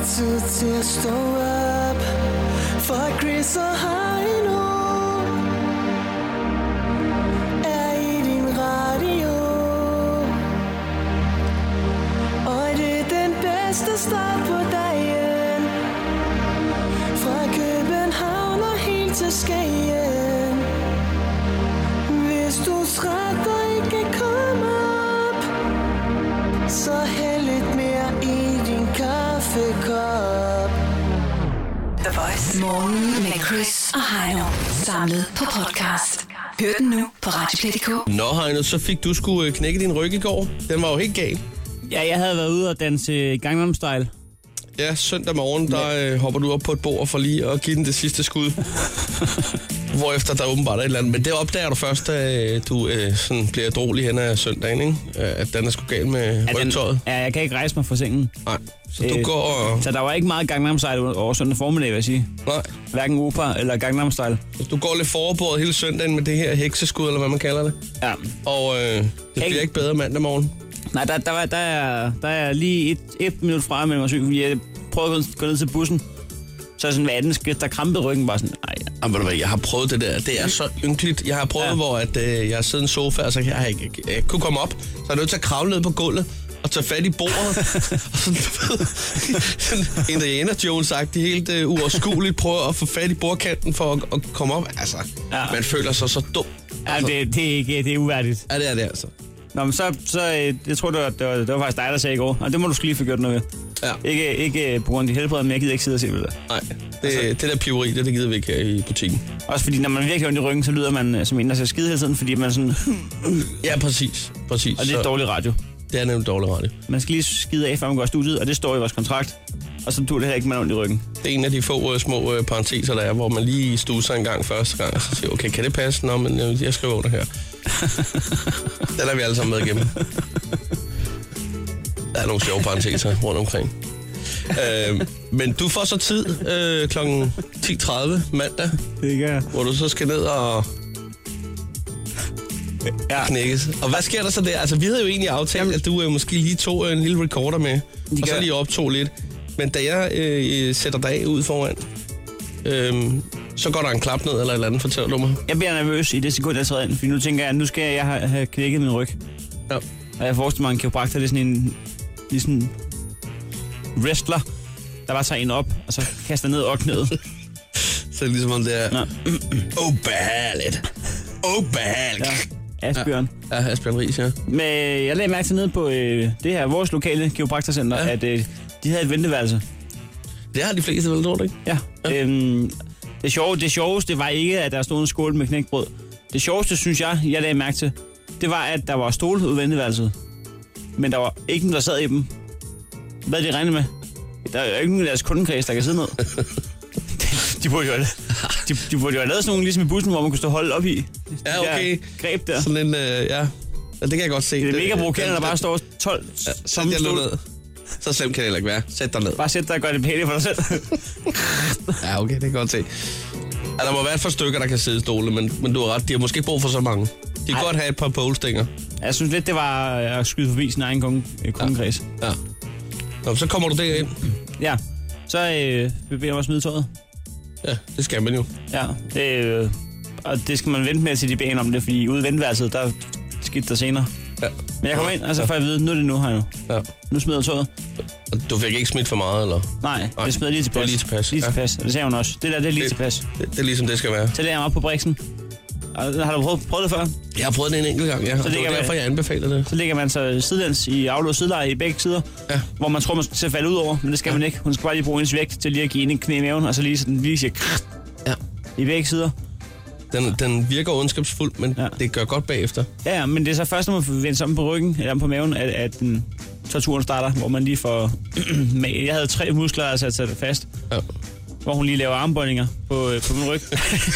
tid til at stå op for Chris og Heino er i din radio. Og det er den bedste start på dagen. Fra København og helt til Skagen. Hvis du er træt og ikke kan komme op, så hæld lidt mere i din kaffekop. The Voice. Morgen med Chris og Heino. Samlet på podcast. Hør den nu på Radioplay.dk. Nå, Heino, så fik du sgu knække din ryg i går. Den var jo helt gal. Ja, jeg havde været ude og danse Gangnam Style. Ja, søndag morgen, der hopper du op på et bord for lige at give den det sidste skud. Hvorefter der åbenbart er et eller andet. Men det opdager du først, at du sådan bliver drolig hen ad søndagen, ikke? At den er sgu gal med rygtøjet. Ja, jeg kan ikke rejse mig fra sengen. Nej, så du går og... Så der var ikke meget Gangnam Style over søndag formiddag, vil jeg sige. Nej. Hverken opera eller Gangnam Style. Så du går lidt forberedt hele søndagen med det her hekseskud, eller hvad man kalder det. Ja. Og det bliver ikke bedre mandag morgen. Nej, der er lige et minut fra med mig syg, fordi jeg prøvede at gå ned til bussen. Så er sådan hver anden skridt, der krampede ryggen bare sådan, nej. Jamen, ved du hvad, jeg har prøvet det der. Det er så ynkeligt. Jeg har prøvet, hvor at, jeg har siddet i en sofa, og så jeg kunne komme op. Så er jeg nødt til at kravle ned på gulvet og tage fat i bordet. Og sådan, Indiana Jones-agtigt, helt uoverskueligt prøver at få fat i bordkanten for at komme op. Altså, man føler sig så dum. Altså. Ja, det er uværdigt. Ja, det er det altså. Nå, men så jeg tror, det var faktisk dig, der sagde i går. Og det må du lige få gjort noget ved. Ja. Ikke på grund af de helbred, men jeg gider ikke sidde og se ved det. Nej, det der piveri, det gider vi ikke her i butikken. Også fordi, når man virkelig har ondt i ryggen, så lyder man som en, der ser skide hele tiden, fordi man sådan... Ja, præcis. Og det er dårlig radio. Det er nemlig dårlig radio. Man skal lige skide af, før man går i studiet, og det står i vores kontrakt. Og så dur det her ikke med ondt i ryggen. Det er en af de få små parenteser, der er, hvor man lige stuser en gang første gang, og så siger, okay, kan det passe? Nå, men jeg skriver under her. Den er vi alle sammen med igennem. Der er nogle sjove parenteser rundt omkring. Men du får så tid kl. 10:30 mandag, hvor du så skal ned og knækkes. Og hvad sker der så der? Altså, vi havde jo egentlig aftalt, at du måske lige tog en lille recorder med, og så lige optog lidt. Men da jeg sætter dig ud foran, så går der en klap ned eller et eller andet, fortæller du mig. Jeg bliver nervøs i det sekund, jeg træder ind, fordi nu tænker jeg, at nu skal jeg have knækket min ryg. Ja. Og jeg forestiller mig, en kiropraktor, det er sådan en wrestler, der bare tager en op, og så kaster ned og ned. Så ligesom om det er... Ubehageligt. Ubehageligt. Ja, Asbjørn. Ja, Asbjørn Ries, ja. Men jeg lagde mærke til nede på det her, vores lokale kiropraktorcenter, at de havde et venteværelse. Det har de fleste vel, tror du ikke? Ja. Det sjoveste var ikke, at der stod en skål med knækbrød. Det sjoveste, synes jeg lagde mærke til, det var, at der var stole ude i venteværelset. Men der var ikke nogen, der sad i dem. Hvad de regnede med? Der er jo ikke nogen af deres kundekreds, der kan sidde ned. De burde jo have lavet sådan nogle, ligesom i bussen, hvor man kunne stå holdt op i. Ja, okay. Greb der. Sådan en, ja, det kan jeg godt se. Det er mega provokerende, der bare står 12 som stol. Så slemt kan det heller ikke være. Sæt dig ned. Bare sæt dig og gør det pænt for dig selv. Ja, okay, det kan jeg godt se. Ja, der må være et par stykker, der kan sidde i stole, men du har ret. De har måske ikke brug for så mange. De kan godt have et par polestinger. Jeg synes lidt, det var at skyde forbi sin egen kundekreds. Ja. Nå, så kommer du derind. Ja, så bevæger jeg mig at smide tøjet. Ja, det skal man jo. Ja, og det skal man vente med til de beder om det, fordi ude i ventværelset, der skete der senere. Ja. Men jeg kommer ind, og så får jeg at vide, nu er det nu her nu. Ja. Nu smider jeg tøjet. Og du fik ikke smidt for meget, eller? Nej, det smider lige tilpas. Lige tilpas. Lige tilpas, og det sagde hun også. Det er lige tilpas. Det er ligesom det skal være. Så lægger jeg mig op på briksen. Har du prøvet det før? Jeg har prøvet det en enkelt gang, ja. Så det er derfor, jeg anbefaler det. Så ligger man så sidelæns i aflåst sideleje i begge sider, hvor man tror, man skal falde ud over, men det skal man ikke. Hun skal bare lige bruge hendes vægt til lige at give en knæ i maven, og så lige så den lige siger i begge sider. Den virker ondskabsfuldt, men det gør godt bagefter. Ja, men det er så først, når man får vendt sammen på ryggen, eller på maven, at torturen starter, hvor man lige får... Jeg havde 3 muskler, der sat sig fast, hvor hun lige laver armbøjninger på min ryg.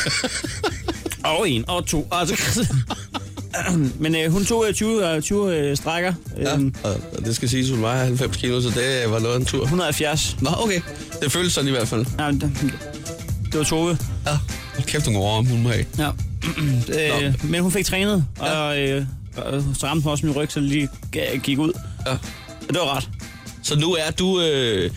Og 1, og 2, og så... Men hun tog 20 strækker. Og det skal siges, hun var 90 kilo, så det var noget af en tur. 170. Nå, okay. Det føltes sådan i hvert fald. Ja, det var Tove. Ja. Kæft, hun går om, hun må have. Ja. Men hun fik trænet, og så ramte hun også min ryg, så det lige gik ud. Ja. Og det var ret. Så nu er du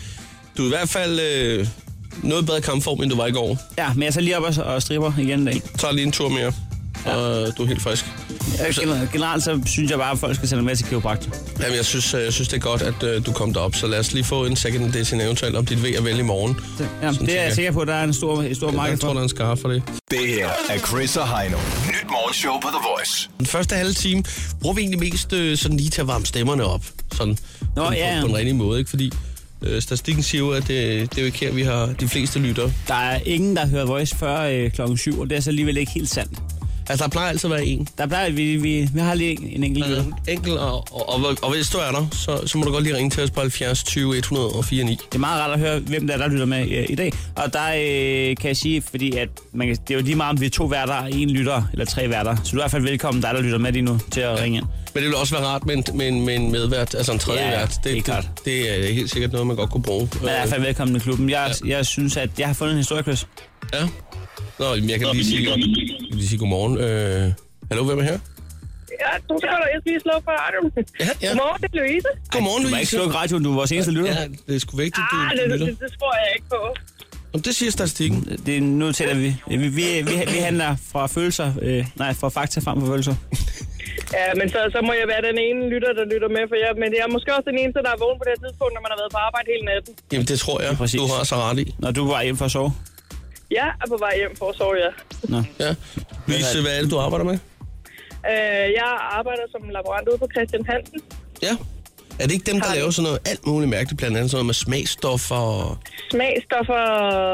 Du er i hvert fald noget bedre kampform, end du var i går. Ja, men jeg tager lige op og stripper igen i dag. Tager lige en tur mere, og du er helt frisk. Generelt så synes jeg bare, at folk skal sende med til kiropraktor. Jamen, jeg synes, det er godt, at du kom derop, så lad os lige få en second edition eventuelt om dit ved at vælge i morgen. Ja, det er jeg sikker på, at der er en stor marked for. Jeg tror, der er en skarp for det. Det her er Chris og Heino. Nyt morgenshow på The Voice. Den første halve time bruger vi egentlig mest sådan lige til at varme stemmerne op. Sådan på en rigtig måde, ikke? Fordi statistikken siger jo, at det er jo ikke her, vi har de fleste lyttere. Der er ingen, der hører Voice før klokken 7, og det er så alligevel ikke helt sandt. Altså, der plejer altid at være en. Der plejer vi har lige en enkelt lytter. Enkelt, og hvis du er der, så må du godt lige ringe til os på 70 20 104 9. Det er meget rart at høre, hvem der lytter med i dag. Og der kan jeg sige, fordi at det er jo lige meget, om vi er 2 værter, 1 lytter eller 3 værter. Så du er i hvert fald velkommen, der lytter med lige nu, til at ringe ind. Men det vil også være rart med en medvært, altså en tredje vært. Det er helt sikkert noget, man godt kunne bruge. Men i hvert fald velkommen i klubben. Jeg synes, at jeg har fundet en historie, Chris. Ja. Nå, jeg kan lige sige godmorgen. Hallo, hvem er her? Ja, du skal da lige slå for radioen. Ja. Godmorgen, det er Louise. Godmorgen, Louise. Du må ikke slukke radioen, du er vores eneste lytter. Ja, det er sgu vigtigt, du lytter. Det tror jeg ikke på. Det siger statistikken. Nu tæller vi. Vi handler fra følelser, fra fakta frem for følelser. Ja, men så må jeg være den ene lytter, der lytter med, men jeg er måske også den eneste, der er vågen på det her tidspunkt, når man har været på arbejde hele natten. Jamen, det tror jeg, du har så ret i. Når du var hjem for at sove? Ja, er på vej hjem for at sove, ja. Nå. Ja. Louise, hvad er det, du arbejder med? Jeg arbejder som laborant ude på Christian Hansen. Ja. Er det ikke dem, der laver sådan noget alt muligt mærkeligt, blandt andet sådan noget med smagstoffer? Smagstoffer,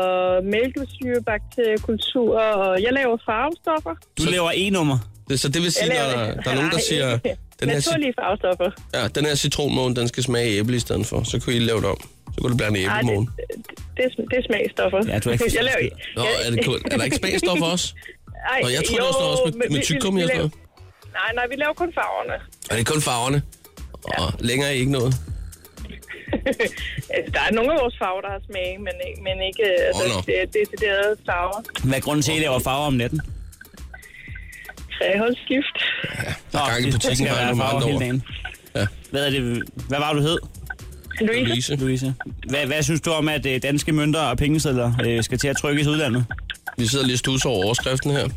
mælkesyrebakteriekultur, og jeg laver farvestoffer. Du laver E-nummer? Så det vil sige, når der er nogen, der siger... Naturlige farvestoffer. Ja, den her citronmåne, den skal smage æble i stedet for. Så kan I lave det om. Så kan det blive en æblemåne. Det er smagstoffer. Ja, du er ikke Nå, er der ikke smagstoffer også? Nej, og jeg tror, det er også med tyggegummi og sådan noget. Nej, vi laver kun farverne. Er det kun farverne? Og længere er ikke noget? Der er nogle af vores farver, der har smag, men ikke det er deciderede farver. Hvad er grunden til, at I laver farver om natten? Træholdsskift. Ja, der er gang i butikken, har jeg nogle andre år. Ja. Hvad var du hed? Louise. Hvad synes du om, at danske mønter og pengesedler skal til at trykkes i udlandet? Vi sidder lige og studser over overskriften her.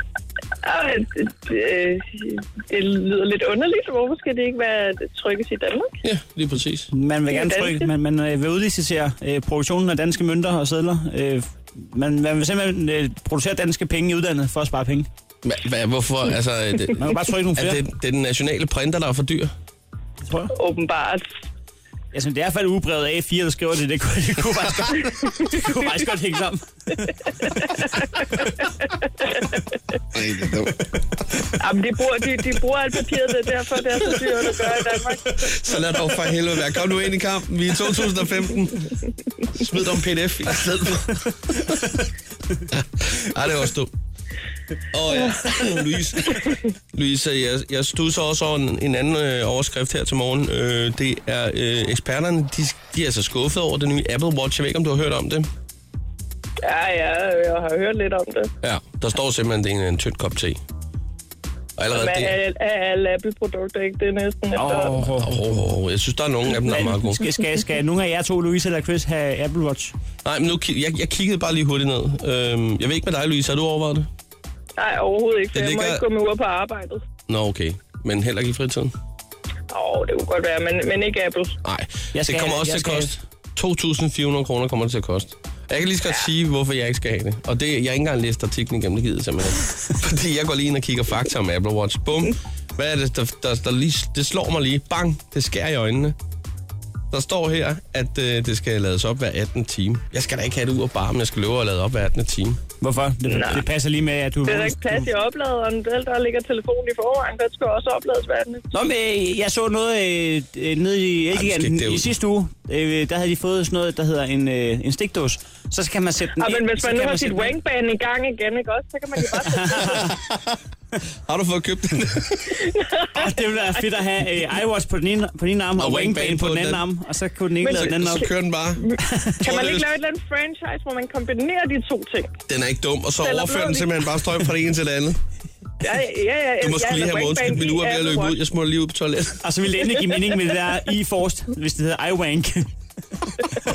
Det lyder lidt underligt. Hvorfor skal det ikke være trykkes i Danmark? Ja, lige præcis. Man vil gerne trykke, man vil udlicitere produktionen af danske mønter og sedler. Man vil simpelthen producere danske penge i udlandet for at spare penge. Hvorfor? Altså, man kan bare trykke nogle flere. Det er den nationale printer, der er for dyr? Det tror jeg. Åbenbart. Altså, det er i hvert fald ubrevet A4, der skriver det. Det kunne faktisk godt hænge sammen. Jamen, de bruger alt papiret, det er derfor, det er så dyrt at gøre i Danmark. Så lad dog for helvede være. Kom nu ind i kampen. Vi er i 2015. Smid dig om pdf i stedet for. Ej, det er også dumt. Ja, Louise, jeg studser også over en anden overskrift her til morgen. Det er eksperterne, de er så skuffet over den nye Apple Watch. Jeg ved ikke, om du har hørt om det? Ja, jeg har hørt lidt om det. Ja, der står simpelthen, det er en tynd kop te. Og allerede det er alle Apple-produkter, ikke? Det er næsten jeg synes, der er nogle af dem, der er meget gode. Skal nogle af jer to, Louise eller Chris, have Apple Watch? Nej, men nu, jeg kiggede bare lige hurtigt ned. Jeg ved ikke med dig, Louise. Har du overvejet det? Nej, overhovedet ikke. Jeg må ikke gå med ud på arbejdet. Nå, okay. Men heller ikke i fritiden? Det kunne godt være, men ikke Apple. Nej, det kommer også til at koste. 2.400 kroner kommer det til at koste. Jeg kan lige så godt sige, hvorfor jeg ikke skal have det. Og det, jeg har ikke engang læst artiklen igennem, det gider simpelthen. Fordi jeg går lige ind og kigger fakta om Apple Watch. Bum. Hvad er det, der lige... Det slår mig lige. Bang. Det skærer i øjnene. Der står her, at det skal lades op hver 18 time. Jeg skal da ikke have det ud af bare, men jeg skal løbe og lade op hver 18 time. Hvorfor? Det passer lige med, at du... Det er ikke plads i opladeren. Der ligger telefonen i forvejen. Den skal også oplades hver 18 time. Nå, men jeg så noget nede i Elgiganten i sidste uge. Der havde de fået sådan noget, der hedder en stikdås. Så kan man sætte den ind. Men hvis man nu har sit wangbane i gang igen, ikke også? Så kan man jo bare sætte den. Har du fået købt den? Det ville være fedt at have iWatch på den ene arm og wangbane på den anden arm, og så kunne den ene lade den anden op. Så kører den bare. Kan man ikke lave et eller andet franchise, hvor man kombinerer de to ting? Den er ikke dum, og så overfører den simpelthen bare strøm fra det ene til det andet. Ja. Du må sgu lige have undskyld, min uge er ved at løbe ud. Jeg smutter lige ud på toilettet. Og så ville det endelig give mening med det der e-force, hvis det hedder iWank.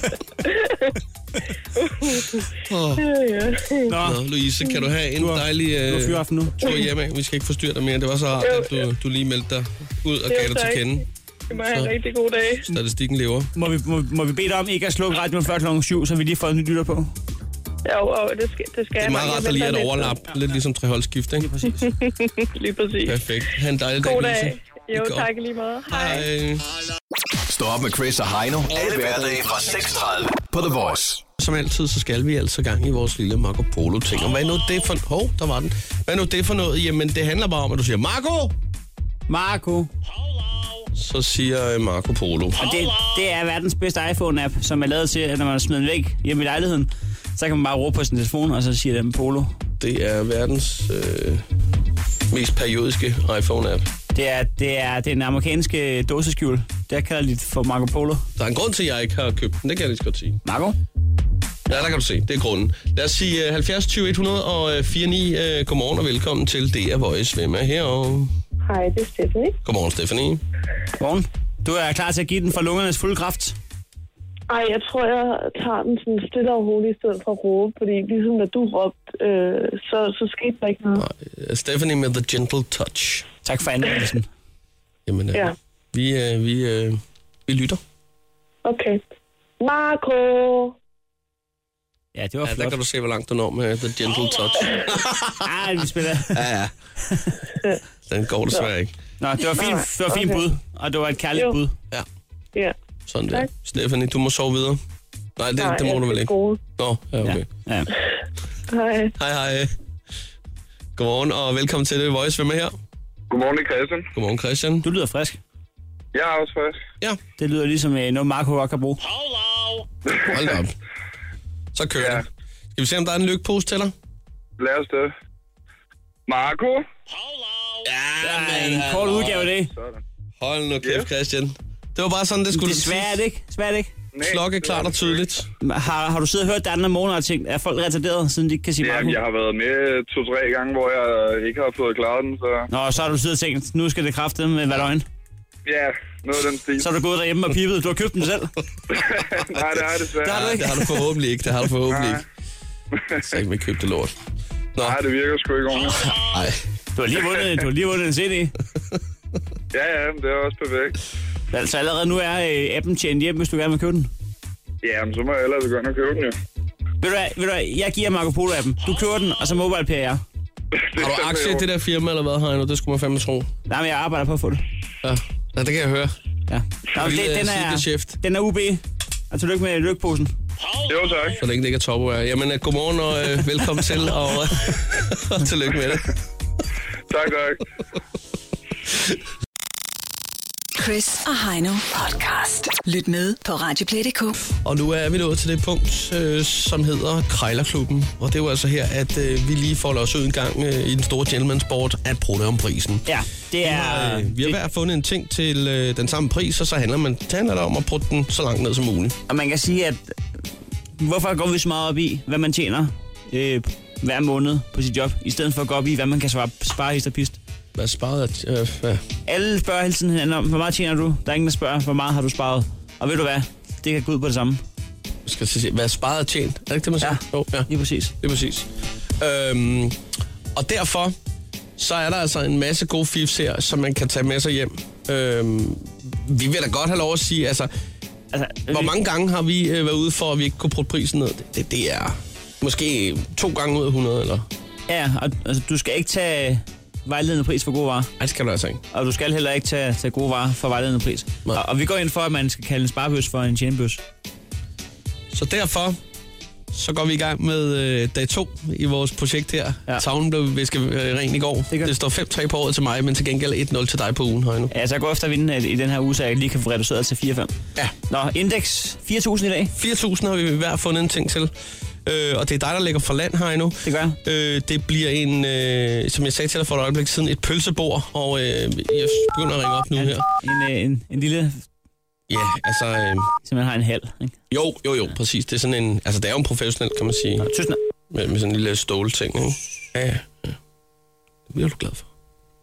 Nå, Louise, kan du have en dejlig tur hjemme? Vi skal ikke forstyrre dig mere. Det var så rart, at du lige meldte dig ud og gav dig til kende. Det må have en rigtig god dag. Statistikken lever. Må vi bede dig om ikke at slukke radioen før kl. 7, så vi lige får en ny lytter på? Jo, det skal det er meget rart, at lige er et overlap. Lidt ligesom treholdsskift, ikke? Lige præcis. Lige præcis. Perfekt. Ha' en dejlig dag, God Louise. dag. Jo, tak lige meget. Hej. Stå op med Chris og Heino. Alle hverdage fra 6:30 på The Voice. Som altid, så skal vi altså gang i vores lille Marco Polo-ting. Og hvad er nu det for... der var den. Hvad er nu det for noget? Jamen, det handler bare om, at du siger, Marco! Så siger Marco Polo. Og det er verdens bedste iPhone-app, som er lavet til, at når man smider den væk hjemme i lejligheden, så kan man bare råbe på sin telefon, og så siger den Polo. Det er verdens mest periodiske iPhone-app. Det er den amerikanske dåseskjul. Der kalder de for Marco Polo. Der er en grund til, at jeg ikke har købt den. Det kan jeg lige så godt sige. Marco? Ja, der kan du se. Det er grunden. Lad os sige 70 20 100 og 49. Godmorgen og velkommen til DR Voice. Hvem er her? Hej, det er Stephanie. Godmorgen, Stephanie. Godmorgen. Du er klar til at give den for lungernes fulde kraft? Ej, jeg tror, jeg tager den sådan stille og roligt i stedet for at råbe, fordi ligesom da du råbte, så skete der ikke noget. Nej, Stephanie med the gentle touch. Tak for anmeldelsen. Jamen, ja. Vi lytter. Okay. Marco! Ja, det var flot. Der kan du se, hvor langt du når med the gentle touch. Vi spiller. Ja. Den går desværre ikke. Nå, det var fint bud, og det var et kærligt bud. Ja. Sådan der. Stephanie, du må sove videre. Nej, det må du vel ikke. Nå, ja, okay. Ja. Hej. Hej. Godmorgen, og velkommen til The Voice. Hvem er her? Godmorgen, Christian. Godmorgen, Christian. Du lyder frisk. Jeg er også frisk. Ja. Det lyder ligesom noget, Marco godt kan bruge. Hold da op. Så kører det. Skal vi se, om der er en lykkepose til dig? Lad os det. Marco? Ja, en kort udgave af det. Sådan. Hold nu kæft, Christian. Det var bare sådan, det skulle... Det er svært ikke. Klokke klart og tydeligt. Har du siddet og hørt de andre måneder og tænkt, er folk retarderet, siden de ikke kan sige Marco? Jamen, jeg har været med 2-3 gange, hvor jeg ikke har fået klaret den, så... Nå, så har du siddet og tænkt, nu skal det kraftedeme med hvad løgn. Ja, noget af den stil. Så er du gået derhjemme og pippet, du har købt den selv. Nej, det har jeg desværre. Det har du ikke. Det har du forhåbentlig ikke. Så ikke med købt det lort. Nå. Nej, det virker sgu ikke ordentligt. Nej. Du har lige vundet en CD. Ja, men det er også perfekt. Altså allerede nu er appen tjent hjem, hvis du gerne vil købe den. Ja, men så må jeg ellers begynde at købe den, jo. Ved du hvad, jeg giver Marco Polo-appen. Du køber den, og så MobilePay jeg. Har du aktie i det der firma, eller hvad, Heino? Det skulle man fandme tro. Nej, men jeg arbejder på at få det. Ja, det kan jeg høre. Ja. Nå, den er UB. Og tillykke med lykkeposen. Jo, tak. Så længe det ikke er topware. Jamen, godmorgen og velkommen til, og tillykke med det. Tak. Chris og Heino podcast. Lyt med på Radioplay.dk. Og nu er vi nået til det punkt, som hedder Krejlerklubben. Og det er jo altså her, at vi lige folder os ud en gang i den store gentleman-sport at prutte om prisen. Ja, det er... Vi har hver fundet en ting til den samme pris, og så handler det om at prutte den så langt ned som muligt. Og man kan sige, at hvorfor går vi så meget op i, hvad man tjener hver måned på sit job, i stedet for at gå op i, hvad man kan spare hist og pist. Hvad sparede hvad? Alle spørger hele tiden hinanden om, hvor meget tjener du? Der er ingen, der spørger, hvor meget har du sparet? Og ved du hvad? Det kan gå ud på det samme. Skal sige, hvad sparet og tjent? Er det ikke det, man siger? Ja, lige præcis. Det er præcis. Og derfor, så er der altså en masse gode fifs her, som man kan tage med sig hjem. Vi vil da godt have lov at sige, altså hvor mange gange har vi været ude for, at vi ikke kunne putte prisen ned? Det er måske 2 gange ud af 100, eller? Ja, og altså, du skal ikke tage vejledende pris for gode varer. Nej, det skal du altså ikke. Og du skal heller ikke tage gode varer for vejledende pris. Og vi går ind for, at man skal kalde en sparebøs for en tjenebøs. Så derfor, så går vi i gang med dag 2 i vores projekt her. Ja. Tavlen blev visket ren i går. Det står 5-3 på året til mig, men til gengæld 1-0 til dig på ugen, Heino. Ja, så jeg går efter at vinde i den her uge, så jeg lige kan få reduceret til 4-5. Ja. Nå, indeks 4.000 i dag. 4.000 har vi hver fundet en ting til. Og det er dig, der ligger for land, Heino. Det gør det bliver en, som jeg sagde til dig for et øjeblik siden, et pølsebord. Og jeg begynder at ringe op nu her. En lille... Ja, altså... Så man har en halv, ikke? Jo, præcis. Det er sådan en... Altså, det er jo en professionel, kan man sige. Nå, tusind. Med sådan en lille stålting, ikke? Ja. Det bliver du glad for.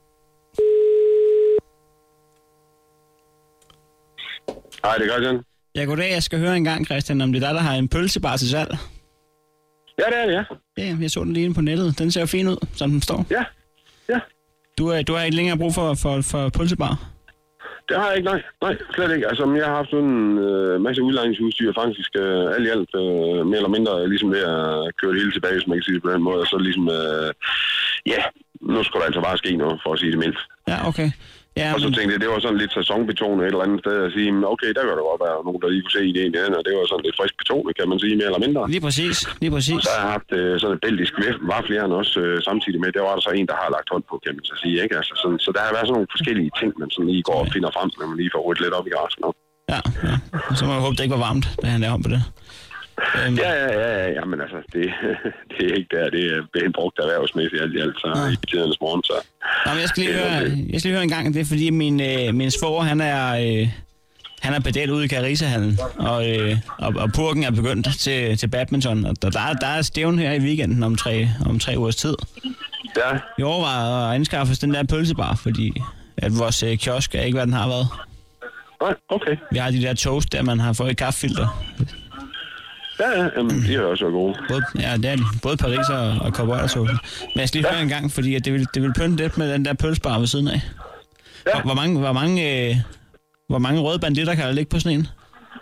Hej, det er Christian. Ja, goddag. Jeg skal høre en gang, Christian, om det er dig, der har en pølsebar til salg. Ja, det er det, ja. Ja, jeg så den lige inde på nettet. Den ser jo fin ud, som den står. Ja. Du har ikke længere brug for pølsebar? Det har jeg ikke, nej, slet ikke. Altså, jeg har haft sådan en masse udlejningsudstyr, faktisk alt i alt, mere eller mindre, ligesom det at køre det hele tilbage, hvis man kan sige det på den måde, og så ligesom, nu skulle der altså bare ske noget, for at sige det mildt. Ja, okay. Ja, og så tænkte jeg, det var sådan lidt sæsonbetonet et eller andet sted at sige, okay, der kan der godt være nogen, der lige kunne se ideen i den, og det var sådan lidt frisk betonet, kan man sige, mere eller mindre. Lige præcis. Så har jeg haft sådan et belgisk vaffeljern også samtidig med, der var der så en, der har lagt hånd på, kan man så sige, ikke? Altså, så der har været sådan nogle forskellige ting, man sådan lige går og finder frem, når man lige får ryddet lidt op i græsken. Ja. Så må jeg håbe, det ikke var varmt, da han lavede om på det. Ja, men altså, det er ikke der. Det er blevet brugt erhvervsmæssigt alt så i tidernes morgen, så... Nå, men jeg skal lige høre en gang, det er fordi min svoger, han er pedel ude i Carisehallen, og purken er begyndt til badminton, og der er stævn her i weekenden om 3 ugers tid. Ja. Vi overvejer at anskaffe den der pølsebar, fordi at vores kiosk er ikke, hvad den har været. Nej, okay. Vi har de der toast, der man har fået i kaffefilter. Ja, de er også gode. Det er de. Både Paris og cowboy-toasten. Men jeg skal lige høre en gang, fordi at det vil pynte lidt med den der pølsebar ved siden af. Ja. Hvor mange røde banditter kan der ligge på sådan en?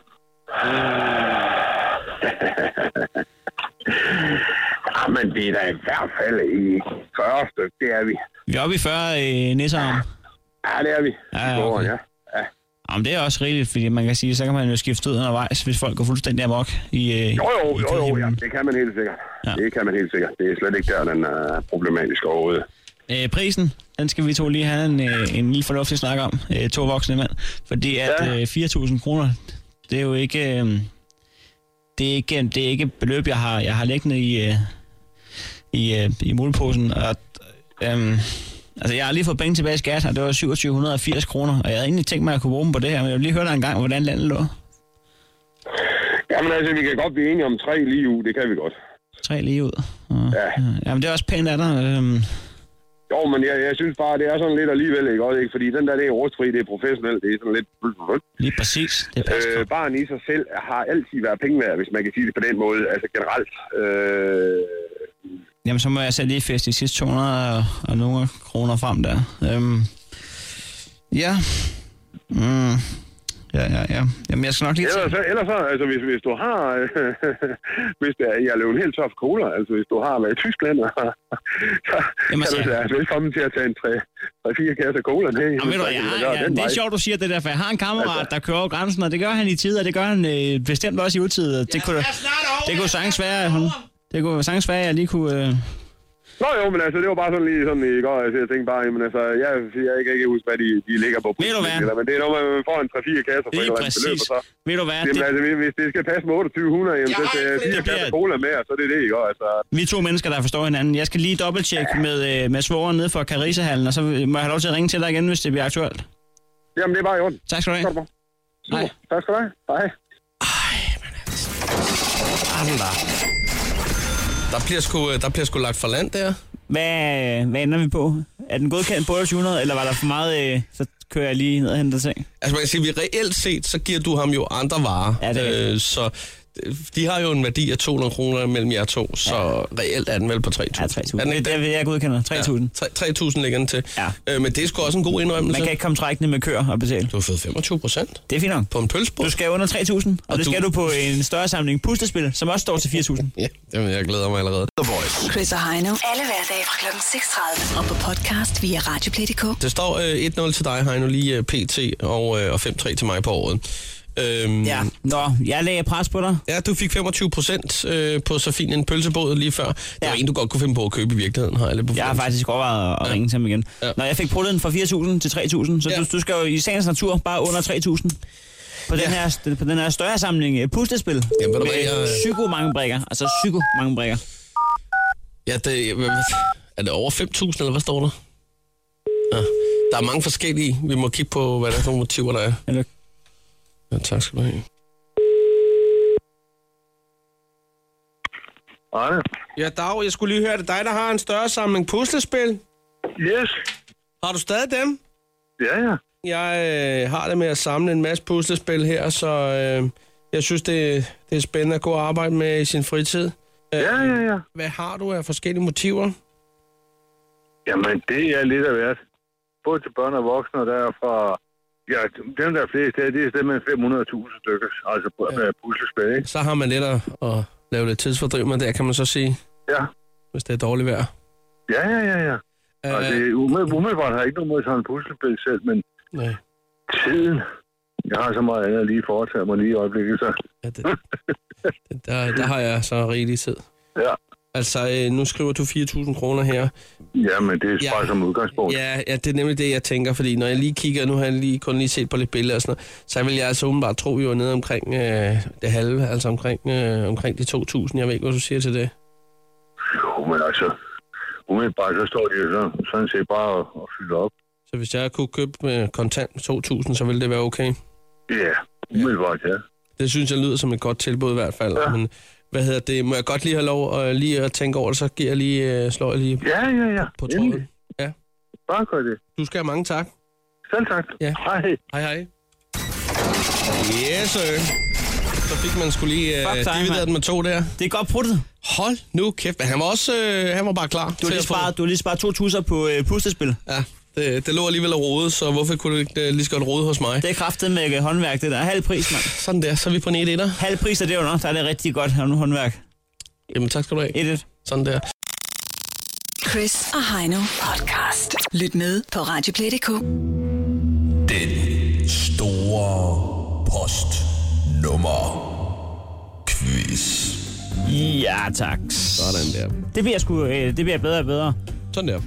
Men det er da i hvert fald i 40 stykker, det er vi. Vi er oppe i 40 nissearm. Ja, det er vi. Ja, okay. Ja. Jamen, det er også rigeligt, fordi man kan sige, så kan man jo skifte ud undervejs, hvis folk går fuldstændig amok i Jo, ja, det kan man helt sikkert. Ja. Det kan man helt sikkert. Det er slet ikke der, den er problematisk overhovedet. Prisen, den skal vi to lige have en lille fornuftig snak om, 2 voksne mænd. Fordi at 4.000 kroner, det er jo ikke... Det er ikke et beløb, jeg har liggende i muleposen. Og, altså, jeg har lige fået penge tilbage i skat, og det var 2780 kroner, og jeg havde egentlig tænkt mig, at jeg kunne bruge dem på det her, men jeg vil lige høre dig en gang, hvordan landet lå. Jamen altså, vi kan godt blive enige om 3 lige ud, det kan vi godt. 3 lige ud? Ja. Jamen, det er også pænt af dig. Jo, men jeg synes bare, det er sådan lidt alligevel, ikke? Fordi den der, det er rustfri, det er professionelt, det er sådan lidt... Lige præcis, det passer. Barn i sig selv har altid været penge værd, hvis man kan sige det på den måde, altså generelt. Jamen, så må jeg selv lige feste de sidste 200 og nogle kroner frem der. Ja. Ja. Jamen, jeg skal nok lige... Ellers så, altså, hvis du har... hvis jeg løber helt tør for cola, altså hvis du har været i Tyskland, så jamen, kan du være velkommen til at tage en 3-4 kasser cola med. Jamen, det er sjovt, du siger det der, for jeg har en kammerat, der kører over grænsen, og det gør han i tid, og det gør han bestemt også i utid. Det kunne sagtens være, at jeg lige kunne... Nå jo, men altså, det var bare sådan lige sådan i går, jeg tænkte bare, men altså, jeg kan ikke huske, hvad de ligger på. Ved du hvad? Men det er noget, man får en 3-4 kasser for et eller andet beløb, og så... Ved du hvad? Jamen altså, hvis det skal passe med 2800, jamen, så skal 4 kasser cola med, og så er det det, ikke? Altså... Vi 2 mennesker, der forstår hinanden. Jeg skal lige dobbelttjekke med svogeren nede for Carisehallen, og så må jeg have lov til at ringe til dig igen, hvis det bliver aktuelt. Jamen, det er bare i orden. Tak skal du have. Hej. Tak skal du have. Hej. Men altså... Der bliver sgu lagt for land der. Hvad ender vi på? Er den godkendt på 800, eller var der for meget, så kører jeg lige ned og henter ting? Altså man kan sige, reelt set, så giver du ham jo andre varer. Ja, det er så de har jo en værdi af 200 kroner mellem jer to, så reelt er den vel på 3.000. Ja, 3.000. Det vil jeg godkende. 3.000. 3.000 ligger den til. Ja. Men det er sgu også en god indrømmelse. Man kan ikke komme trækkende med kør og betale. Du har fået 25%. Det er fint nok. På en pølsebord. Du skal under 3.000, og det skal du på en større samling puslespil, som også står til 4.000. Ja, det jeg glæder mig allerede. The Voice. Chris og Heino. Alle hverdage fra kl. 6.30. Og på podcast via Radioplay.dk. Det står 1-0 til dig, Heino, lige pt. Og 5-3 til mig på året. Ja, jeg lagde pres på dig. Ja, du fik 25% på så fin en pølsebåd lige før. Det var en, du godt kunne finde på at købe i virkeligheden. Jeg har faktisk overvejet at ringe til ham igen. Ja. Når jeg fik prøvet den fra 4.000 til 3.000, så du skal jo i sagens natur bare under 3.000. På den her større samling puslespil med psyko mange brikker. Altså psyko mange brikker. Ja, er det over 5.000, eller hvad står der? Ja. Der er mange forskellige. Vi må kigge på, hvad der er for motiver, der er. Ja, tak skal du have. Arne? Ja, Dag, jeg skulle lige høre, det dig, der har en større samling puslespil. Yes. Har du stadig dem? Ja. Jeg har det med at samle en masse puslespil her, så jeg synes, det er spændende at gå og arbejde med i sin fritid. Ja. Hvad har du af forskellige motiver? Jamen, det er lidt af hvert. Både til børn og voksne, og der er fra... Ja, dem der er flest af, det er stedet med 500.000 stykker, altså puslespil, ikke? Så har man lidt at lave lidt tidsfordriv med der, kan man så sige. Ja. Hvis det er dårligt vejr. Ja. Altså, umiddelbart har jeg ikke noget mod sådan en puslespil selv, men tiden... Jeg har så meget andet at lige foretage mig lige i øjeblikket, så... Ja, der har jeg så rigelig tid. Ja. Altså, nu skriver du 4.000 kroner her. Ja, men det er bare som udgangspunkt. Ja, det er nemlig det, jeg tænker, fordi når jeg lige kigger, nu har jeg kun lige set på lidt billeder og sådan noget, så vil jeg altså umiddelbart tro, vi var nede omkring det halve, altså omkring de 2.000. Jeg ved ikke, hvad du siger til det. Jo, men altså, umiddelbart så står de jo sådan set bare og fylder op. Så hvis jeg kunne købe med kontant 2.000, så ville det være okay? Ja, umiddelbart, ja. Det synes jeg lyder som et godt tilbud i hvert fald. Ja. Men hvad hedder det? Må jeg godt lige have lov lige at tænke over det, så giver jeg lige, slår jeg lige ja. På tråden. Ja. Bare gør det. Du skal have mange tak. Selv tak. Ja. Hej. Yes, sir. Så fik man skulle lige divideret den med 2 der. Det er godt pruttet. Hold nu kæft, men han var også han var bare klar. Du har lige sparet 2.000 på puslespil. Ja. Det lå alligevel at rode, så hvorfor kunne du ikke lige så godt rode hos mig? Det er kraftet med håndværk, det der. Halv pris, mand. Sådan der, så er vi på en 1-1'er. Halv pris, og det er jo nok, der er det rigtig godt håndværk. Jamen tak skal du have. 1-1. Sådan der. Chris og Heino podcast. Lyt med på radioplay.dk. Den store postnummer quiz. Ja, tak. Sådan der. Det bliver bedre og bedre. Sådan der.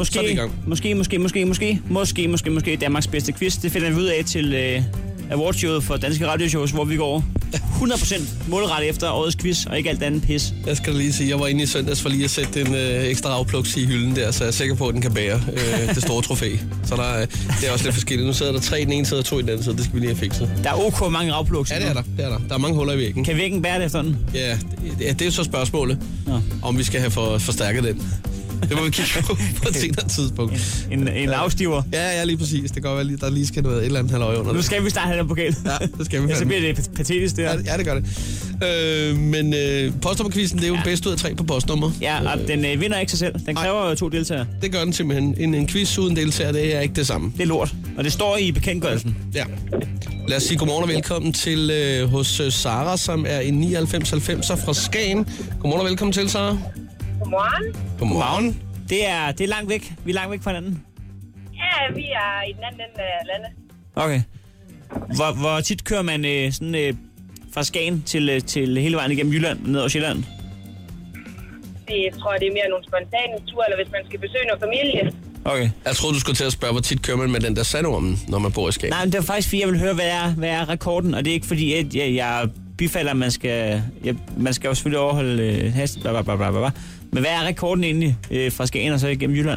Måske Danmarks bedste quiz. Det finder vi ud af til awardshowet for Danske Radioshows, hvor vi går 100% målrettet efter årets quiz, og ikke alt andet pis. Jeg skal lige sige, jeg var inde i søndags for lige at sætte en ekstra afpluks i hylden der, så jeg er sikker på, at den kan bære det store trofæ. Så det er også lidt forskelligt. Nu sidder der 3 i den ene side og 2 i den anden side. Det skal vi lige have fikset. Der er ok mange afpluks. Ja, det er der. Der er mange huller i væggen. Kan væggen bære det efter den? Ja, det er jo så spørgsmålet, om vi skal have forstærket den. Det må vi kigge på et senere tidspunkt. En afstiver? Ja, lige præcis. Det kan godt være, der lige skal noget et eller andet halvøje under. Nu skal vi starte den pokal. Ja, det skal vi. Ja, så bliver det patetisk, det her. Ja, det gør det. Men postnummerquizzen, det er jo bedst ud af 3 på postnummer. Ja, og den vinder ikke sig selv. Den kræver jo 2 deltagere. Det gør den simpelthen. En quiz uden deltager, det er ikke det samme. Det er lort. Og det står i bekendtgørelsen. Ja. Lad os sige godmorgen og velkommen til hos Sara, som er en 99-90'er fra Skagen. Godmorgen og velkommen til, Sara. Godmorgen. Det er langt væk. Vi er langt væk fra hinanden. Ja, vi er i den anden ende af landet. Okay. Hvor tit kører man fra Skagen til hele vejen igennem Jylland, ned over Sjælland? Det tror jeg, det er mere nogle spontane ture, eller hvis man skal besøge noget familie. Okay. Jeg troede, du skulle til at spørge, hvor tit kører man med den der sandormen, når man bor i Skagen. Nej, men det var faktisk, fordi jeg vil høre, hvad er rekorden, og det er ikke fordi, at jeg bifalder, man skal jo selvfølgelig overholde hastighed, blablabla. Men hvad er rekorden egentlig fra Skagen og så igennem Jylland?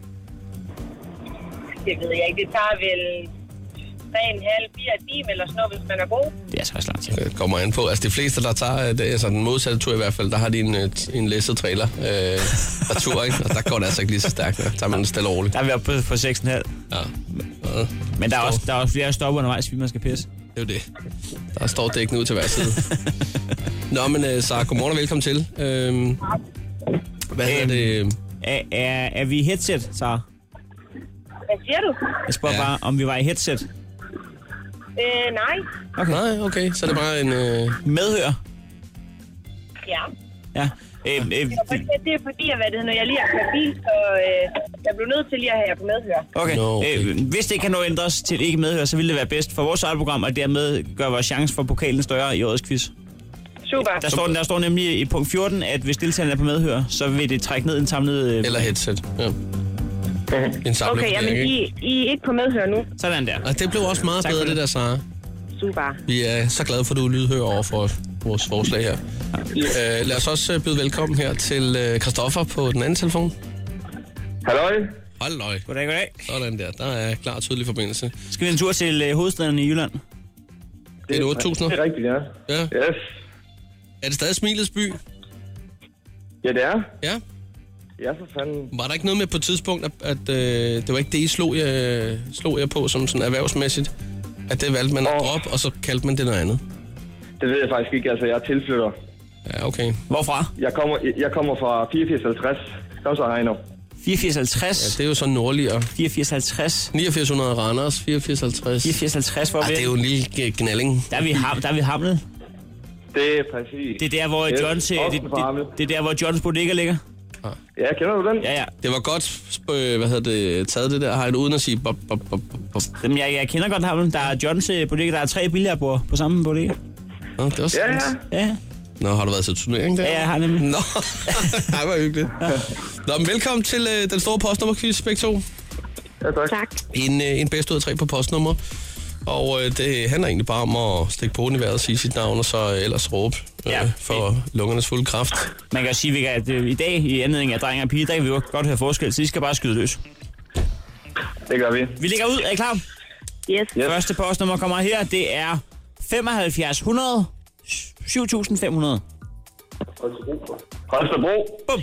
Det ved jeg ikke. Det tager vel 3,5-4 timer eller sådan noget, hvis man er god. Det er så også lang tid. Det kommer an på. Altså de fleste, der tager den modsatte tur i hvert fald, der har de en læsset trailer tur, ikke? Og der går det altså ikke lige så stærkt. Der tager man den stille og roligt. Der er vi oppe på 6,5. Ja. Men der er også flere stopper undervejs, fordi man skal pisse. Det er jo det. Der står dækkende ud til hver side. Nå, men Sara, godmorgen og velkommen til. Hvad hedder det? Er vi i headset, Sara? Hvad siger du? Jeg spørger bare, om vi var i headset. Nej. Okay. Nej, okay. Så er det bare en... Medhør? Ja. Ja. Det er fordi, når jeg lige har kørt bil, så jeg blev nødt til lige at have jer på medhør. Okay. No, okay. Hvis det kan nå ændres til ikke medhør, så ville det være bedst for vores eget program, og dermed gør vores chance for pokalen større i årets quiz. Super. Der står nemlig i punkt 14, at hvis deltagerne er på medhør, så vil det trække ned en samlet... Eller headset, ja. En samlet okay, jamen I er ikke på medhør nu. Sådan der. Og det blev også meget bedre, det der, Sara. Super. Vi er så glade for, at du er lydhør over for vores forslag her. Ja. Lad os også byde velkommen her til Christoffer på den anden telefon. Halløj. Halløj. Goddag. Sådan der. Der er klar og tydelig forbindelse. Skal vi en tur til hovedstaden i Jylland? Det er 8.000. Det er rigtigt, ja. Yes. Er det stadig Smilets by? Ja, det er. Ja. Ja, for fanden. Var der ikke noget med på et tidspunkt, at det var ikke det, I slog jer på som sådan erhvervsmæssigt? At det valgte man at droppe, og så kaldte man det noget andet? Det ved jeg faktisk ikke. Altså, jeg er tilflytter. Ja, okay. Hvorfra? Jeg kommer fra 8450. Kom så, Heino. 8450? Ja, det er jo så nordligere. 8450? 8900 Randers, 8450. 8450, hvor det er jo en lille knalling. Der er vi Hamlet. Det er præcis. Det er der, hvor Johns... Det er der, hvor Johns bodega ligger? Ja, kender du den? Ja. Det var godt, taget det der, uden at sige bop. Jamen, jeg kender godt Hamlet. Der er Johns bodega, der er 3 billardbord på samme bodega. Nå, det var sådan. Ja. Nå, har du været til turnering der? Ja, jeg har nemlig. Nå, det var hyggeligt. Ja. Nå, men velkommen til den store postnummerquiz, begge to. Ja, tak. En bedst ud af 3 på postnummer. Og det handler egentlig bare om at stikke på i vejret og sige sit navn, og så ellers råbe for lungernes fulde kraft. Man kan sige, at i dag, i anledning af drenge og piger, der kan vi jo godt høre forskel, så I skal bare skyde løs. Det gør vi. Vi ligger ud. Er I klar? Yes. Første postnummer kommer her. Det er 7500 7500. Holstebro. Bum.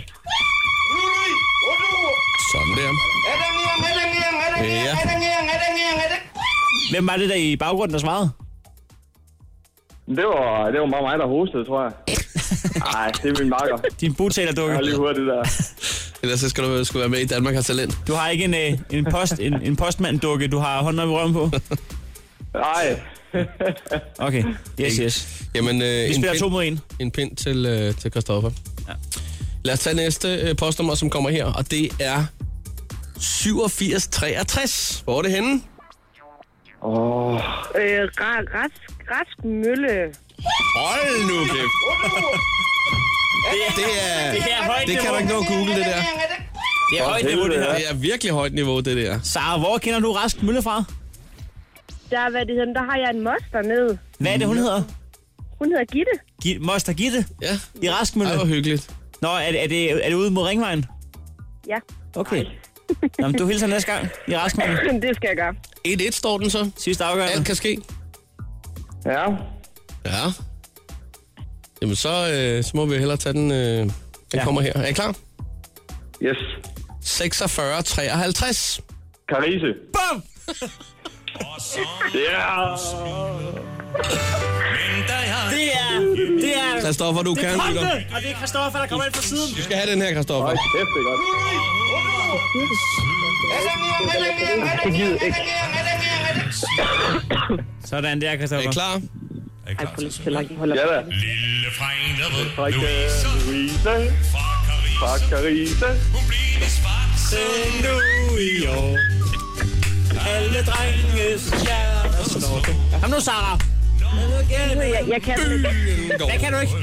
Sådan der. Ja. Hvem var det der i baggrunden, der svarede? Det var bare mig, der hostede, tror jeg. Nej, det er min makker. Din butalerdukke. Jeg har lige hørt det der. Ellers så skal du være med i Danmark har talent. Du har ikke en postmand-dukke, du har hånden op i røven på? Nej. Okay, yes. Jamen, vi spiller 2 mod 1. En pind til Christoffer. Ja. Lad os tage næste postnummer, som kommer her, og det er 8763. Hvor er det henne? Rask Mølle. Hold nu kæft. Det kan du ikke nå at google, det der. Det er højt niveau, det her. Det er virkelig højt niveau, det der. Sara, hvor kender du Rask Mølle fra? Der har jeg en moster nede. Hvad er det, hun hedder? Hun hedder Gitte. Moster Gitte? Ja. I Rask Mølle? Det var hyggeligt. Nå, er det ude mod Ringvejen? Ja. Okay. Jamen, du hilser næste gang i Rask Mølle. Det skal jeg gøre. 1-1 står den så. Sidste afgørende. Alt kan ske. Ja. Ja. Jamen, så må vi hellere tage den. Den kommer her. Er I klar? Yes. 4653. Carise. Bum! Ja! Det er... Christoffer, du kan lytte. Og det er Christoffer, der kommer ind fra siden. Du skal have den her, Christoffer. Oj, kæft, det er godt. Sådan der, Christoffer. Er I klar? Ja da. Lille fra Louise. Fra Carise. Hun bliver spakset nu i år. Alle drenges hjerter slår. Kom nu, Sara. Jeg kan det. Hvad kan du ikke?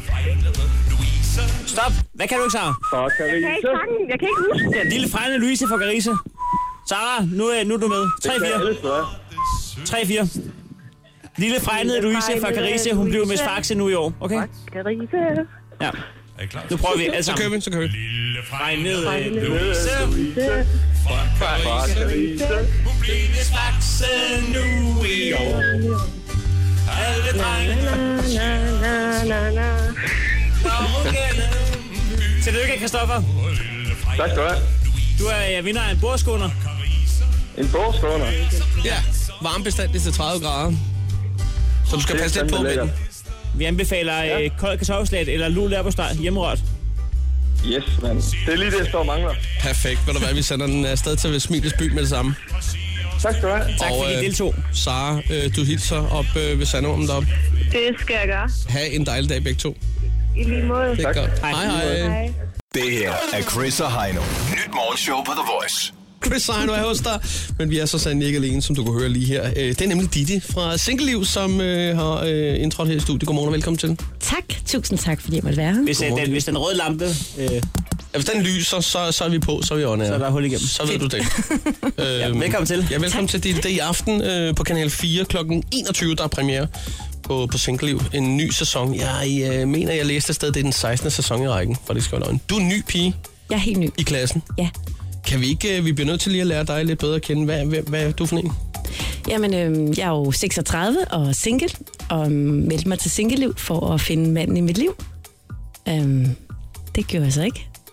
Stop. Hvad kan du ikke, Sara? Fra Carise. Jeg kan ikke huske den. Lille Fregne Louise fra Carise. Sara, nu er du med. 3-4. 3-4. Lille Fregne Louise fra Carise, hun bliver Miss Faxe nu i år. Okay? Carise. Ja. Nu prøver vi alle sammen. Så kører vi. Lille Fregne Louise fra Carise. Hun bliver Miss Faxe nu i år. Alle drenge. Tillykke, Christoffer. Tak skal du have. Du er vinder af en bordskåner. En bordskåner? Ja, varmebestandigt til 30 grader. Så du skal passe lidt på med den. Vi anbefaler kold kartoffelsalat eller lun leverpostej hjemmerørt. Yes, mand. Det er lige det, jeg står og mangler. Perfekt. Ved du hvad, vi sender den afsted til Smilets by med det samme. Tak skal du have. Tak fordi I deltog. Sara, du hilser op ved Sandormen deroppe. Det skal jeg gøre. Ha' en dejlig dag begge to. I lige måde. Det er godt. Hej. Det her er Chris og Heino. Nyt morgenshow på The Voice. Chris og Heino er hos dig, men vi er så sandelig ikke alene, som du kan høre lige her. Det er nemlig Ditte fra Single-liv, som har indtrådt her i studiet. Godmorgen og velkommen til. Tak. Tusind tak, fordi jeg måtte være her. Hvis den røde lampe... hvis den lyser, så er vi på, så er vi on air. Så er der hul igennem. Så ved du det. Velkommen til. Ja, velkommen til Ditte. Det er i aften på Kanal 4 kl. 21, der er premiere på Single-liv. En ny sæson. Jeg mener, jeg læste afsted, det er den 16. sæson i rækken, for det skal være løgn. Du er en ny pige. Jeg er helt ny. I klassen. Ja. Kan vi ikke, vi bliver nødt til lige at lære dig lidt bedre at kende. Hvad er du for en? Jamen, jeg er jo 36 og single, og meldte mig til Single-liv for at finde manden i mit liv. Det gjorde jeg så ikke.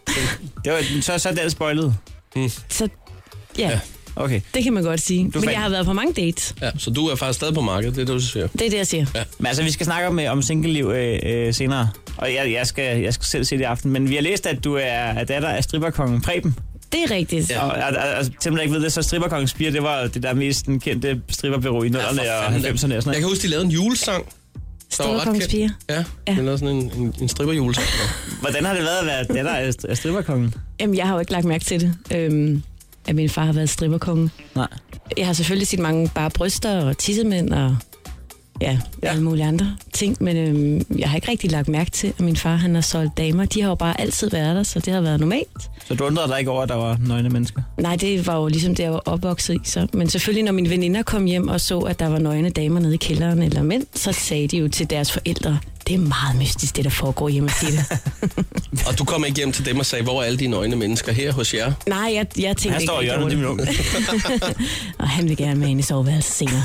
Så er det spoilet. Så, ja. Okay. Det kan man godt sige. Men jeg har været på mange dates. Ja, så du er faktisk stadig på markedet, det er det, du siger. Det er det, jeg siger. Ja. Men altså, vi skal snakke om single-liv senere. Og jeg skal selv se det i aften. Men vi har læst, at du er datter af stripperkongen Preben. Det er rigtigt. Ja. Og til man ikke ved det, så stripperkongens piger, det var det der mest kendte stripperbureau i 0'erne og 90'erne. Og sådan noget. Jeg kan huske, de lavede en julesang. Stripperkongens piger. Ja, de lavede sådan en stripperjulesang. Hvordan har det været at være datter af stripperkongen? Jamen, jeg har jo ikke lagt mærke til det. At min far har været stripperkonge. Nej. Jeg har selvfølgelig set mange bare bryster og tissemænd og alle mulige andre ting, men jeg har ikke rigtig lagt mærke til, at min far han har solgt damer. De har jo bare altid været der, så det har været normalt. Så du undrede dig ikke over, at der var nøgne mennesker? Nej, det var jo ligesom det, jeg var opvokset i. Så. Men selvfølgelig, når mine veninder kom hjem og så, at der var nøgne damer nede i kælderen eller mænd, så sagde de jo til deres forældre, det er meget mystisk, det der foregår hjemme og sige det. Og du kom ikke hjem til dem og sagde, hvor er alle de nøgne mennesker her hos jer? Nej, jeg tænkte han står i hjørnet, det min og han vil gerne med hende i soveværelset senere.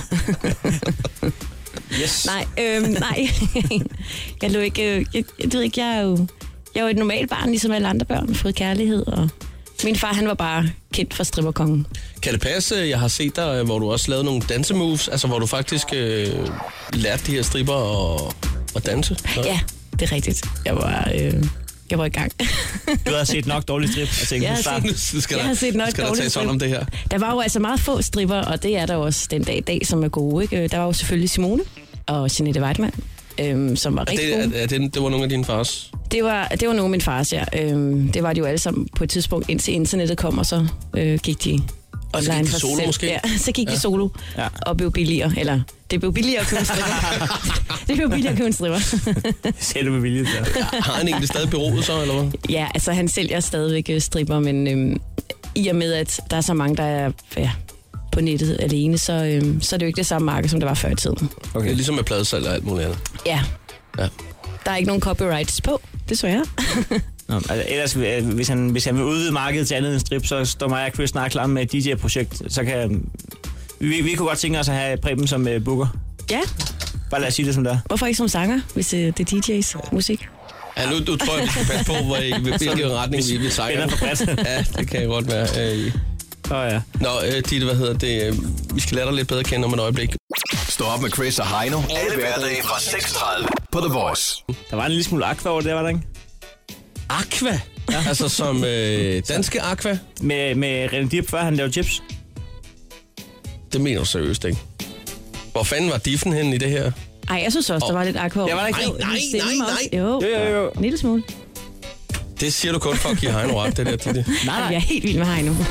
Yes. Nej. Jeg lå ikke... Jeg er jo et normalt barn, ligesom alle andre børn, fået kærlighed, og min far, han var bare kendt for stripperkongen. Kan det passe, jeg har set dig, hvor du også lavede nogle dansemoves, altså hvor du faktisk lærte de her stripper at danse? Ja, det er rigtigt. Jeg var i gang. Du havde set nok dårlig strip, og tænkte, jeg har set nok dårlig strip. Om det her. Der var jo altså meget få stripper, og det er der også den dag i dag, som er gode. Ikke? Der var jo selvfølgelig Simone og Jeanette Weidmann, som var rigtig gode. Det var nogle af dine fars? Det var nogle af mine fars, ja. Det var de jo alle sammen på et tidspunkt, indtil internettet kom, og så gik de online for solo selv. Måske? Ja, så gik de solo og blev billigere. Eller, det blev billigere at købe en stripper. Det blev billigere at købe en stripper. Sagde du med vilje til? Har han egentlig stadig bureauet så, eller hvad? Ja, altså han sælger stadigvæk stripper, men i og med, at der er så mange, der er på nettet alene, så er det jo ikke det samme marked, som det var før i tiden. Okay. Det er ligesom med pladesalg og alt muligt andet. Ja. Der er ikke nogen copyrights på, desværre. Nå, altså, ellers, hvis han vil udvide markedet til andet end strip, så står mig og Chris snart klar med et DJ-projekt. Så kan vi kunne godt tænke os at have Preben som booker. Ja. Bare lad os sige det som der. Hvorfor ikke som sanger, hvis det er DJ's musik? Ja, nu tror jeg, vi skal passe på, hvilken retning vi sejler. Ja, det kan jeg godt være. Ja. Nå, Ditte, hvad hedder det? Vi skal lære dig lidt bedre at kende om et øjeblik. Stå op med Chris og Heino. Alle hverdage fra 6:30 på The Voice. Der var en lille smule aqua over det, var der ikke? Aqua? Ja. Altså som danske aqua? Med René Dip, før han lavede chips. Det mener du seriøst, ikke? Hvor fanden var diffen henne i det her? Ej, jeg synes også, der var lidt aqua over. Det var ikke Nej. Jo. En lille smule. Det siger du kun for at give Heino ret, det der, Ditte. Nej. Jeg er helt vild med Heino. Nu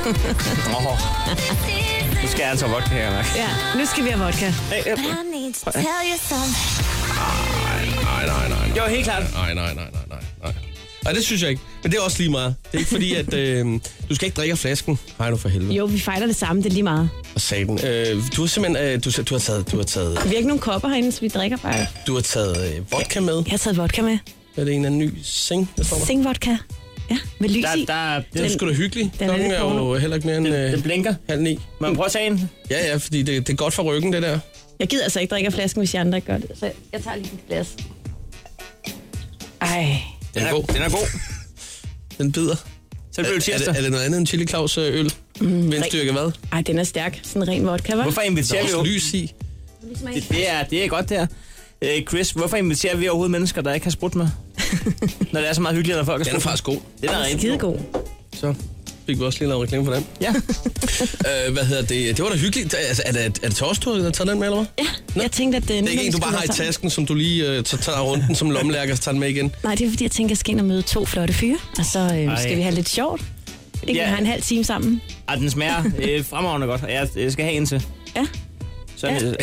skal jeg altså have vodka her, Max. Ja, nu skal vi have vodka. Nej. Jo, helt klart. Nej. Nej, det synes jeg ikke. Men det er også lige meget. Det er ikke fordi, at du skal ikke drikke af flasken. Heino, for helvede. Jo, vi fejler det samme, det er lige meget. Og satan. Du har simpelthen du har taget... Vi har ikke nogen kopper herinde, så vi drikker bare. Du har taget vodka med. Jeg har taget vodka med. Er det en af ny Sing? Sing-vodka. Ja, med lys i. Det er sgu da hyggeligt. Klokken er jo heller ikke mere end det blinker. 8:30. Man prøver at tage en. Ja, fordi det er godt for ryggen, det der. Jeg gider altså ikke drikke af flasken, hvis I andre ikke gør det. Så jeg tager lige et glas. Ej. Den er god. Den bider. Så bliver det tirsdag. Er det noget andet end Chili Claus øl? Vindstyrke hvad? Ej, den er stærk. Sådan ren vodka, hva'? Hvorfor inviterer vi jo? Lys i. Det er godt der. Chris, hvorfor inviterer vi overhovedet mennesker, der ikke har sprut med? Når det er så meget hyggeligt, når folk har sprut. Den er faktisk god. Den er rigtig skidegod. Så fik vi også lige lavet reklame for den. Ja. Hvad hedder det? Det var da hyggeligt. Altså, er det torstur, der tager den med, eller hvad? Ja, jeg tænkte, at det er ikke en, du bare har i tasken, som du lige tager rundt den som lommelærker og tager den med igen? Nej, det er fordi, jeg tænker, at jeg skal ind og møde 2 flotte fyre. Og så skal vi have lidt sjovt. Ikke vi har en halv time sammen. Ej, den smager fremragende godt, og jeg skal have en til. Ja. Så,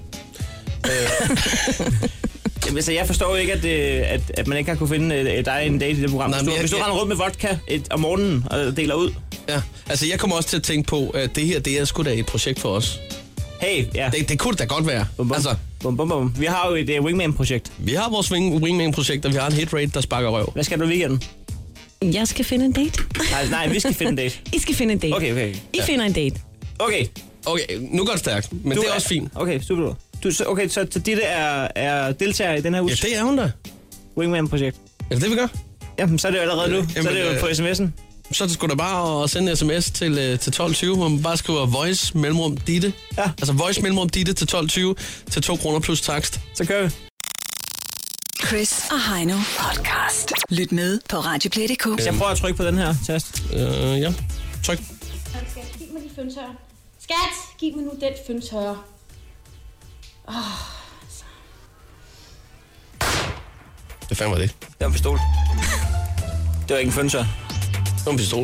Jamen, så jeg forstår ikke, at man ikke har kunne finde dig en date i det program. Hvis du render rundt med vodka om morgenen og deler ud. Ja, altså jeg kommer også til at tænke på, at det her, det er sgu da et projekt for os. Hey, ja. Det kunne det da godt være. Altså, vi har jo et Wingman-projekt. Vi har vores Wingman-projekt, og vi har en hitrate, der sparker røv. Hvad skal du i weekenden? Jeg skal finde en date. Nej, vi skal finde en date. I skal finde en date. Okay. I finder en date. Okay, nu går det stærkt, men det er også fint. Okay, super. Så Ditte er deltager i den her uge? Ja, det er hun da. Wingman-projekt. Er det det, vi gør? Jamen, så er det jo allerede nu. Så er det jo på sms'en. Så er det sgu da bare at sende en sms til 1220, hvor man bare skriver voice mellemrum Ditte. Ja. Altså voice mellemrum Ditte til 1220 til 2 kroner plus takst. Så kører vi. Chris og Heino podcast. Lyt med på radioplay.dk. Så jeg prøver at trykke på den her tast. Ja, tryk. Skat, giv mig de fønsører. Skat, giv mig nu den fønsører. Det fanden var det. Det var en pistol. Det var ikke en fønsør. Det var en pistol.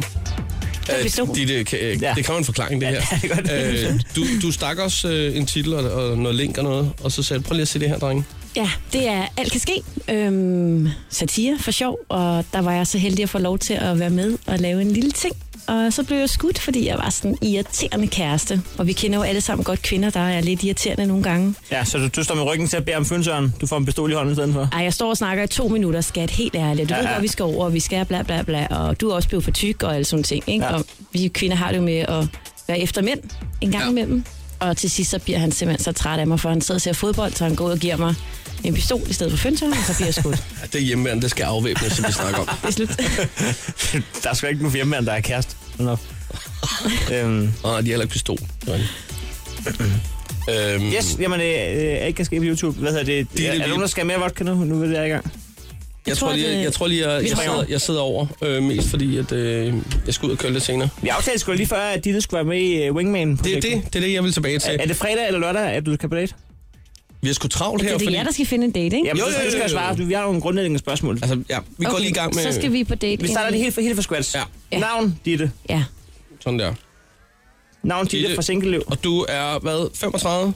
Det kan man forklaring, det her. Ja, det du stak os en titel og noget link og noget, og så sagde prøv lige at se det her, drenge. Ja, det er Alt kan ske. Satire for sjov, og der var jeg så heldig at få lov til at være med og lave en lille ting. Og så blev jeg skudt, fordi jeg var sådan en irriterende kæreste. Og vi kender jo alle sammen godt kvinder, der er lidt irriterende nogle gange. Ja, så du står med ryggen til at bede om fønsøren. Du får en pistol i hånden i stedet for. Ej, jeg står og snakker i 2 minutter, skat, helt ærligt. Du ved godt, vi skal over, og vi skal bla bla bla. Og du er også blevet for tyk og alle sådan ting, ikke? Ja. Og vi kvinder har det jo med at være efter mænd en gang imellem. Og til sidst så bliver han simpelthen så træt af mig, for han sidder og ser fodbold, så han går ud og giver mig en pistol i stedet for fønsøren, og så bliver jeg skudt. Ja, det er hjemmeværende, det skal afvæbnes, som vi snakker om. Det er slut. Der er sgu ikke nogen hjemmeværende, der er kæreste. De har heller ikke pistol. Yes, jamen ikke kan ske på YouTube. Hvad hedder det? Er der nogen, der skal mere vodka nu? Nu er jeg i gang. Jeg tror lige, jeg sidder over, mest fordi, at jeg skal ud og køre lidt senere. Vi aftalte sgu lige før, at Ditte skulle være med i Wingman-projektet. Det er det, jeg vil tilbage til. Er det fredag eller lørdag, at du skal på date? Vi har sgu travlt her, fordi... Det er jer, der skal finde en date, ikke? Jamen, du skal svare. Vi har nogle grundlæggende spørgsmål. Altså, ja, vi går lige i gang med... Så skal vi på date. Vi starter det helt fra scratch. Ja. Navn, Ditte. Ja. Sådan der. Navn, Ditte fra single-liv. Og du er, hvad, 35?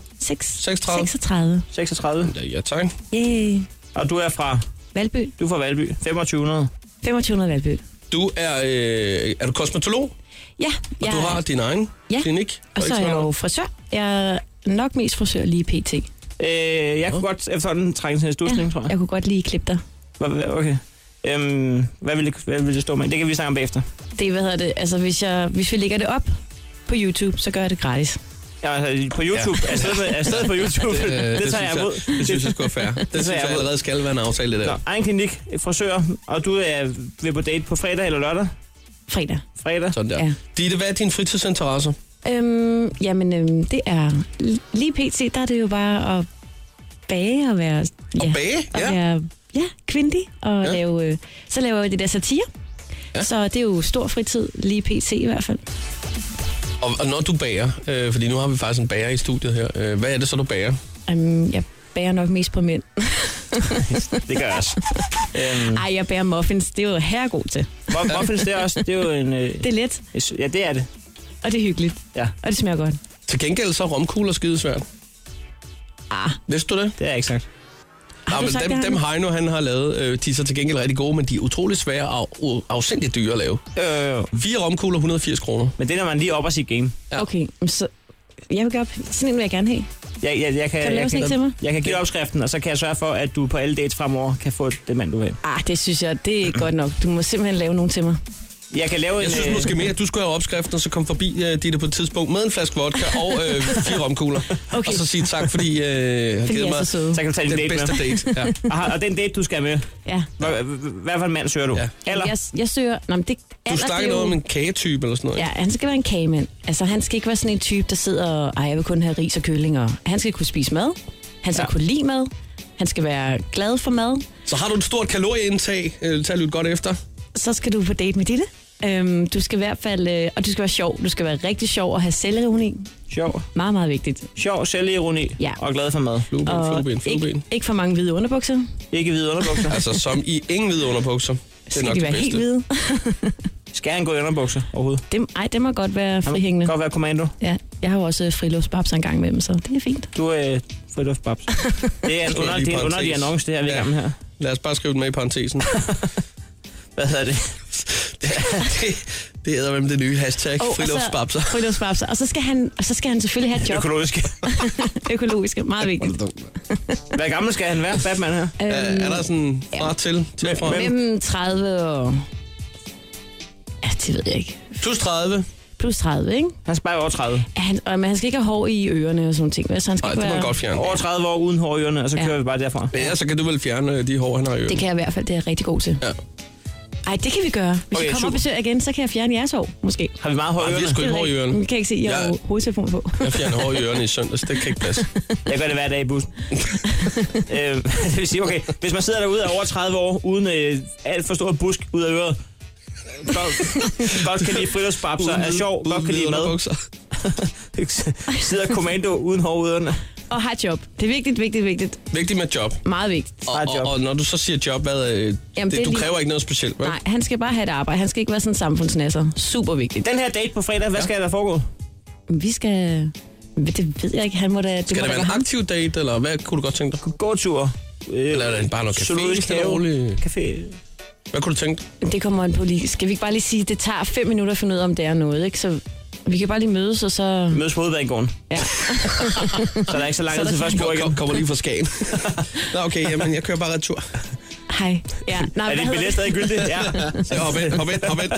36. 36. Ja, tak. Yay. Og du er fra? Valby. Du er fra Valby. 2500. 2500 Valby. Du er du kosmetolog? Ja. Og du har din egen klinik? Og så er jeg jo frisør. Jeg er nok mest frisør lige pt. Jeg kunne godt efterhånden trænge til en stusning, tror jeg. Jeg kunne godt lige klippe dig. Okay. Hvad vil det stå med? Det kan vi snakke om bagefter. Det, altså hvis vi lægger det op på YouTube, så gør jeg det gratis. Ja, altså på YouTube. Ja. Afsted på YouTube. det tager jeg imod. Det synes jeg sgu er fair. Det synes jeg allerede skal være en aftale der. Egen klinik, frisør, og du vil på date på fredag eller lørdag? Fredag. Sådan der. Ja. Ditte, hvad er dine fritidsinteresser? Det er lige pt. Der er det jo bare at bage og være... Være kvindig og lave... Så laver jeg det der satire. Ja. Så det er jo stor fritid, lige pt. i hvert fald. Og når du bager, fordi nu har vi faktisk en bager i studiet her. Hvad er det så, du bager? Jeg bager nok mest på mænd. Det gør jeg også. Ej, jeg bager muffins. Det er jo herregod til. Muffins, det er også... Det er jo en... Det er let. Ja, det er det. Og det er hyggeligt. Ja. Og det smager godt. Til gengæld så er romkugler skidesvært. Vidste du det? Det er ikke sagt. Dem Heino, han har lavet, de er så til gengæld rigtig gode, men de er utrolig svære og afsindigt dyre at lave. 4 romkugler, 180 kroner. Men det er, når man lige op og sit game. Ja. Okay, så jeg vil gøre sådan en vil jeg gerne have. Kan du lave sådan til mig? Jeg kan give opskriften, og så kan jeg sørge for, at du på alle dates fremover kan få det mand, du vil. Det synes jeg, det er ikke godt nok. Du må simpelthen lave nogen til mig. Jeg synes måske mere, at du skulle have opskriften, og så komme forbi Ditte på et tidspunkt med en flaske vodka og 4 romkugler. Okay. Og så sige tak, fordi har givet mig så kan du tage den bedste date. Ja. Og den date, du skal med. Ja. Hvad for en mand søger du? Ja. Jeg søger... Du snakker noget om en kagetype eller sådan noget. Ja, han skal være en kagemand. Altså, han skal ikke være sådan en type, der sidder og... jeg vil kun have ris og kylling. Og han skal kunne spise mad. Han skal kunne lide mad. Han skal være glad for mad. Så har du et stort kalorieindtag. Tag lidt godt efter. Så skal du på date med Ditte. Du skal i hvert fald... og du skal være sjov. Du skal være rigtig sjov og have selvironi. Sjov. Meget, meget vigtigt. Sjov, selvironi og glad for mad. Flueben. Ikke for mange hvide underbukser. Ikke hvide underbukser. Altså som i ingen hvide underbukser. Det er nok de være helt hvide. Skal han gå i underbukser overhovedet? Det må godt være frihængende. Godt være kommando. Ja, jeg har jo også friluftsbabs en gang med dem, så det er fint. Du er friluftsbabs. Det er en underlig annonce, det her, vi er sammen her. Lad os bare skrive den med i parentesen. Hvad hedder det? Det hedder det nye hashtag, friluftsbabser. Friluftsbabser. Og så skal han selvfølgelig have et job. Økologiske, meget vigtigt. Hvad gammel skal han være, Batman her? Er der sådan fra til fra? Mellem 30 og... Ja, det ved jeg ikke. Plus 30? Plus 30, ikke? Han skal bare over 30. Men han skal ikke have hår i ørerne og sådan ting. Så han skal det må man godt fjerne. Over 30 år uden hår i ørerne, og så kører vi bare derfra. Ja, så kan du vel fjerne de hår, han har i ørerne. Det kan jeg i hvert fald, det er jeg rigtig god til. Ja. Ej, det kan vi gøre. Hvis I kommer og besøger igen, så kan jeg fjerne jeres hår, måske. Har vi meget hår i ørerne? Vi har sgu ikke hår i ørerne. Vi kan ikke se, at jeg har hovedtelefon på. Jeg fjerner hår i ørerne i søndags, det kan ikke passe. Jeg gør det hver dag i bussen. Det vil sige, okay, hvis man sidder derude af over 30 år, uden alt for stor busk ud af øret, godt kan lide friluftsbabser, er sjov, godt kan lide mad. Sidder kommando uden hår ud af ørerne. Og har et job. Det er vigtigt. Vigtigt med job. Meget vigtigt. Og når du så siger job, du kræver ikke noget specielt, vel? Nej, han skal bare have et arbejde. Han skal ikke være sådan en samfundsnasser. Super vigtigt. Den her date på fredag, hvad skal der foregå? Vi skal... Det ved jeg ikke. Han må da... Skal det være en aktiv date, eller hvad kunne du godt tænke dig? Gåtur. Eller er det bare noget café? Hvad kunne du tænke dig? Det kommer an på lige... Skal vi ikke bare lige sige, det tager 5 minutter at finde ud af, om det er noget, ikke? Så vi kan bare lige mødes, og så... Mødes på hovedbanegården. Ja. Så der er ikke så langt til første bord igen. Kommer lige fra Skagen. Nå, okay, jamen, jeg kører bare retur. Hej. Ja. Nej, er dit billet stadig gyldigt? Ja. Hop ind.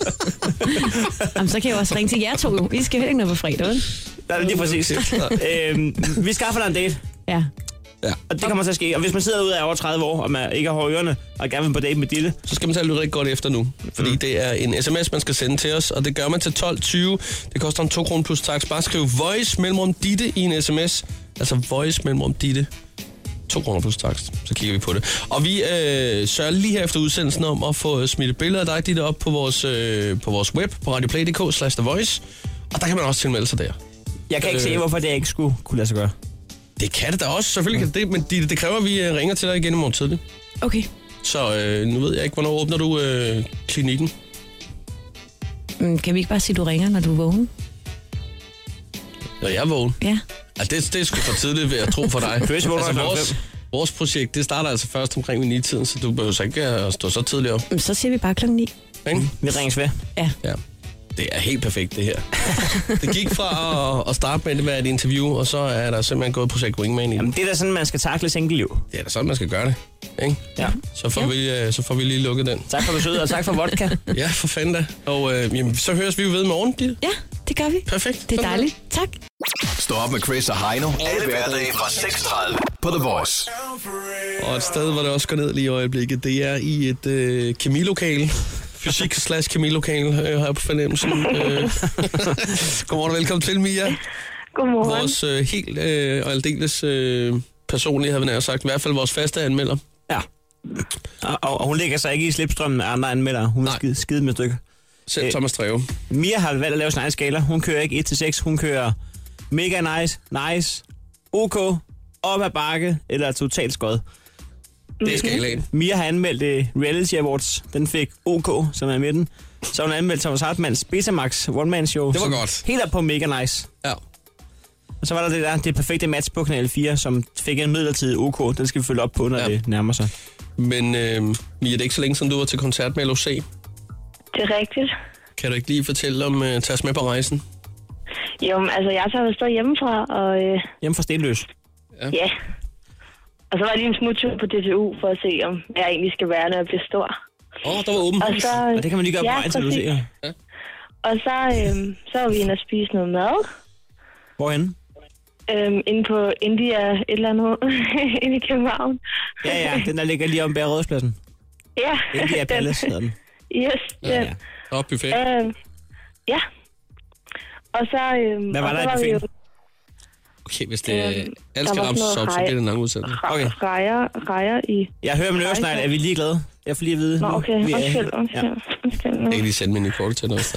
Jamen, så kan jeg også ringe til jer to, jo. I skal heller ikke noget på fredag, vel? Der er det lige præcis. Vi skaffer dig en date. Ja. Og det kommer til at ske. Og hvis man sidder ude af over 30 år, og man ikke har hår i ørerne, og gerne vil på date med Ditte, så skal man tage lidt rigtig godt efter nu. Fordi det er en sms, man skal sende til os, og det gør man til 12.20. Det koster om 2 kroner plus tax. Bare skriv voice mellemrum Ditte i en sms. Altså voice mellemrum Ditte. 2 kroner plus tax. Så kigger vi på det. Og vi sørger lige her efter udsendelsen om at få smidt et billede af dig, Ditte, op på vores web, på radioplay.dk/The Voice. Og der kan man også tilmelde sig der. Jeg kan ikke se, hvorfor det ikke skulle kunne lade sig gøre. Det kan det da også, selvfølgelig kan det, men det kræver, at vi ringer til dig igen i morgen tidlig. Okay. Så nu ved jeg ikke, hvornår åbner du klinikken? Kan vi ikke bare sige, at du ringer, når du er vågen? Når jeg er vågen? Ja. Det er sgu for tidligt, vil jeg tro for dig. Altså, vores projekt, det starter altså først omkring 9-tiden, så du behøver så ikke at stå så tidligt op. Så siger vi bare klokken 9. Vi ringes ved. Ja. Det er helt perfekt, det her. Det gik fra at starte med, det var et interview, og så er der simpelthen gået projekt Wingman i. Jamen, det er da sådan, man skal takle single-liv. Det er da sådan, man skal gøre det. Ikke? Ja. Så får vi lige lukket den. Tak for besøget, og tak for vodka. Ja, for fanden da. Og jamen, så høres vi jo ved i morgen, Ditte. Ja, det gør vi. Perfekt. Det er dejligt. Tak. Stå op med Chris og Heino. Alle hverdage fra 6:30 på The Voice. Og et sted, hvor det også går ned lige i øjeblikket, det er i et kemilokale. Fysik/kemilokale, har jeg på fornemmelsen. Godmorgen og velkommen til, Mia. Godmorgen. Vores helt og aldeles personlige, havde vi nær sagt, i hvert fald vores faste anmelder. Ja. Og hun ligger sig ikke i slipstrømmen af andre anmeldere. Hun vil skide med stykker. Selv Thomas Treve. Mia har valgt at lave sin egen skala. Hun kører ikke 1-6, hun kører mega nice, ok, op ad bakke eller totalt skød. Det er skalaen. Mia har anmeldt Reality Awards. Den fik OK, som er i midten. Så hun har anmeldt Thomas Hartmanns Betamax one-man-show. Det var godt. Helt op på mega nice. Ja. Og så var der det perfekte match på Kanal 4, som fik en midlertidig OK. Den skal vi følge op på, når det nærmer sig. Men Mia, det er ikke så længe siden du var til koncert med LOC. Det er rigtigt. Kan du ikke lige fortælle om tage os med på rejsen? Jo, altså jeg tager afsted hjemmefra, og... Hjemme fra Stenløs? Ja. Og så var jeg lige en smuttur på DTU for at se, om jeg egentlig skal være, når jeg bliver stor. Der var åben. Og det kan man lige gøre på vejen til, du ser. Ja. Og så var vi inde og spise noget mad. Hvorhenne? Inde på India et eller andet. Inde i København. Ja, den der ligger lige om bag Rådhuspladsen. Ja. India Palace hedder den. Yes, den. Ja. Og buffet. Ja. Og så... Hvad var der i buffeten? Okay, hvis det alt skal ramses op, så bliver det en lang udsendelse. Okay. Rejer i... Jeg hører med øresnegl, er vi lige glade? Jeg får lige at vide. Nå, okay. Undskyld. Jeg kan lige sende min kort til noget.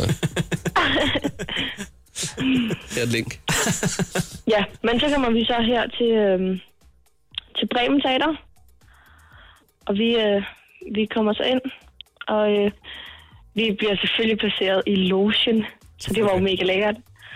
Her er et link. Ja, men så kommer vi så her til Bremen Teater. Og vi kommer så ind, og vi bliver selvfølgelig placeret i logen, så det var jo mega lækkert.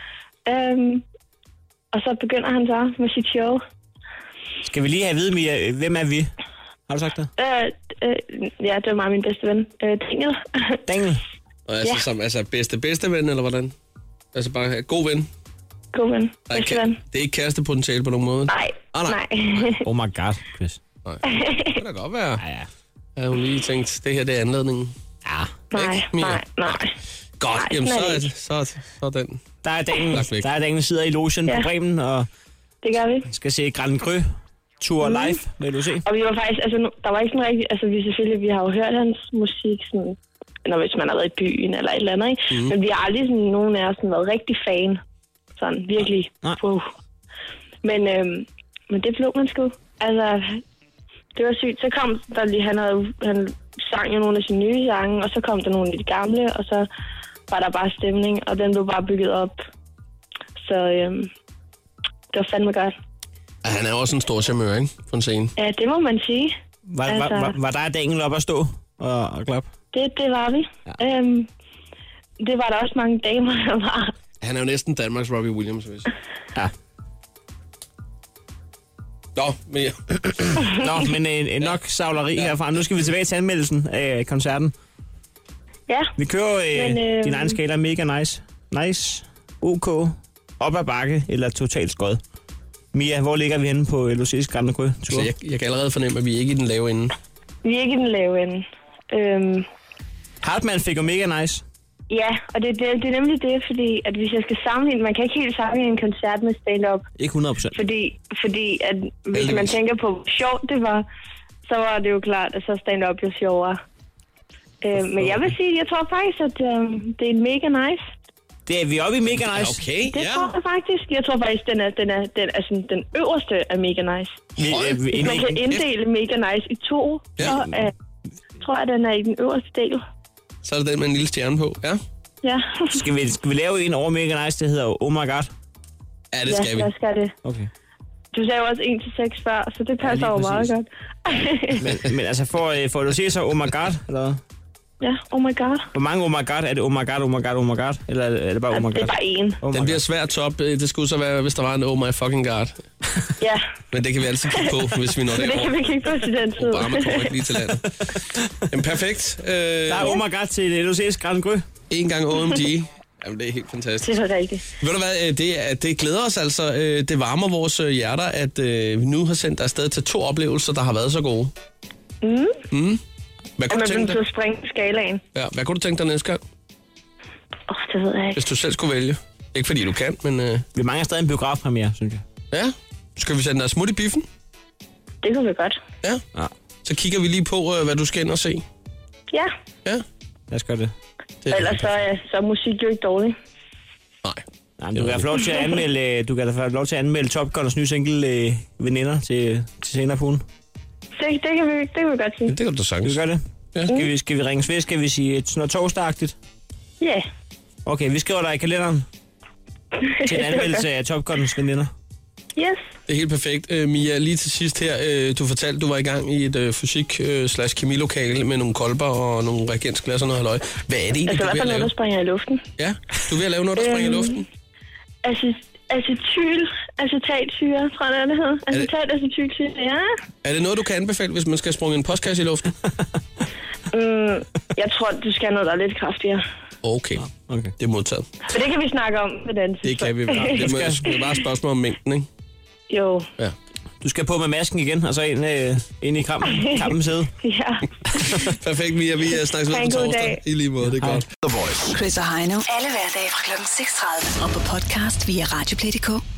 Og så begynder han så med sit show. Skal vi lige have at vide, Mia, hvem er vi? Har du sagt det? Ja, det er mig min bedste ven. Daniel. Daniel? Og altså, som bedste ven, eller hvordan? Altså bare god ven? God ven. Bedste ven. Det er ikke kærestepotentiale på nogen måde? Nej. Nej. Oh my god, Chris. Nej. Det kan da godt være. Ja. Jeg har lige tænkt, det her det er anledningen. Ja. Nej. Godt, jamen så er den. Der er Daniel sidder i logen på Bremen, og det gør vi. Skal se Grand Cru tour live med LOC? Og vi var faktisk, altså, der var ikke sådan rigtig, altså vi har jo hørt hans musik, sådan, når hvis man har været i byen eller et eller andet, ikke? Men vi har aldrig sådan, nogen af os sådan, været rigtig fan. Sådan, virkelig. Wow. Men det blev man sgu. Altså, det var sygt. Så kom der lige, han sang jo nogle af sine nye sange, og så kom der nogle af de gamle, og så var der bare stemning, og den blev bare bygget op. Så det var fandme godt. Ja, han er også en stor charmeur, ikke? På en scene. Ja, det må man sige. Var der et enkelt op at stå og klappe? Det var vi. Ja. Det var der også mange damer, der var. Han er jo næsten Danmarks Robbie Williams, hvis. Ja. Men nok savleri herfra. Nu skal vi tilbage til anmeldelsen af koncerten. Ja. Vi kører din egen skala mega nice. Nice, OK, op ad bakke eller totalt skød. Mia, hvor ligger vi henne på LOC's Grand Cru? Jeg kan allerede fornemme, at vi er ikke i den lave ende. Vi er ikke i den lave ende. Hartmann fik jo mega nice. Ja, og det er nemlig det, fordi at hvis jeg skal sammenligne, man kan ikke helt sammenligne en koncert med stand-up. Ikke 100%. Fordi at hvis man tænker på, hvor sjovt det var, så var det jo klart, at så stand-up jo sjovere. Men jeg vil sige, jeg tror faktisk, at det er mega nice. Det er vi oppe i mega nice. Okay, det tror jeg faktisk. Jeg tror faktisk, den er sådan, den øverste er mega nice. Man kan inddele mega nice i 2. Ja. Så tror jeg, den er i den øverste del. Så er det den med en lille stjerne på, ja? Ja. Skal vi lave en over mega nice, det hedder Oh My God? Ja, det skal vi. Ja, skal det. Okay. Du sagde jo også 1-6 før, så det passer jo meget godt. men altså, får du se så Oh My God, eller? Ja, Oh My God. Hvor mange Oh My God? Er det Oh My God, Oh My God, Oh My God? Eller er det bare Oh My God? Det er bare en. Den bliver svært top. Det skulle så være, hvis der var en Oh My Fucking God. Ja. Men det kan vi altid kigge på, hvis vi når det. Det kan vi kigge på til den tid. Obama kommer ikke lige til landet. Jamen, perfekt. Der er Oh My God til LOC's Grand Cru. En gang OMG. Jamen, det er helt fantastisk. Det er rigtigt. Ved du hvad, det glæder os altså. Det varmer vores hjerter, at vi nu har sendt dig afsted til 2 oplevelser, der har været så gode. Hvad kunne du tænke dig? At springe skalaen. Ja, hvad kunne du tænke dig næste gang? Det ved jeg ikke. Hvis du selv skulle vælge. Ikke fordi du kan, men... Vi mangler stadig en biografpremiere, synes jeg. Ja. Skal vi sætte dig smut i biffen? Det kunne vi godt. Ja. Så kigger vi lige på, hvad du skal ind og se. Ja. Ja. Lad os gøre det. Ellers så er musik jo ikke dårlig. Nej. Du kan få lov til at anmelde Top Guns nye single Veninder til senere på ugen. Det kan vi godt sige. Det kan du sagtens. Skal vi gøre det? Ja. Skal vi ringes ved? Skal vi sige sådan noget torsdagtigt? Ja. Yeah. Okay, vi skriver dig i kalenderen til en anmeldelse af Top Guns Veninder. Yes. Det er helt perfekt. Mia, lige til sidst her, du fortalte, du var i gang i et fysik-kemilokale med nogle kolber og nogle reagensglas og noget halløj. Hvad er det egentlig, du vil lave? Altså, hvad for noget, der springer i luften? Ja, du er ved at lave noget, der springer i luften? Acetatsyre, tror jeg, det hedder. Acetatacetylsyre, ja. Er det noget, du kan anbefale, hvis man skal sprunge en postkasse i luften? Jeg tror, du skal have noget, der er lidt kraftigere. Okay. Det er modtaget. Så det kan vi snakke om med den. Det kan vi bare. Det er bare et spørgsmål om mængden, ikke? Jo. Ja. Du skal på med masken igen, og så ind i kampen sæde. Ja. Perfekt, Mia. Vi snakkes ved på torsdag. I lige måde, det er godt. The Voice. Chris og Heino. Alle hverdage fra kl. 6:30. Og på podcast via Radioplay.dk.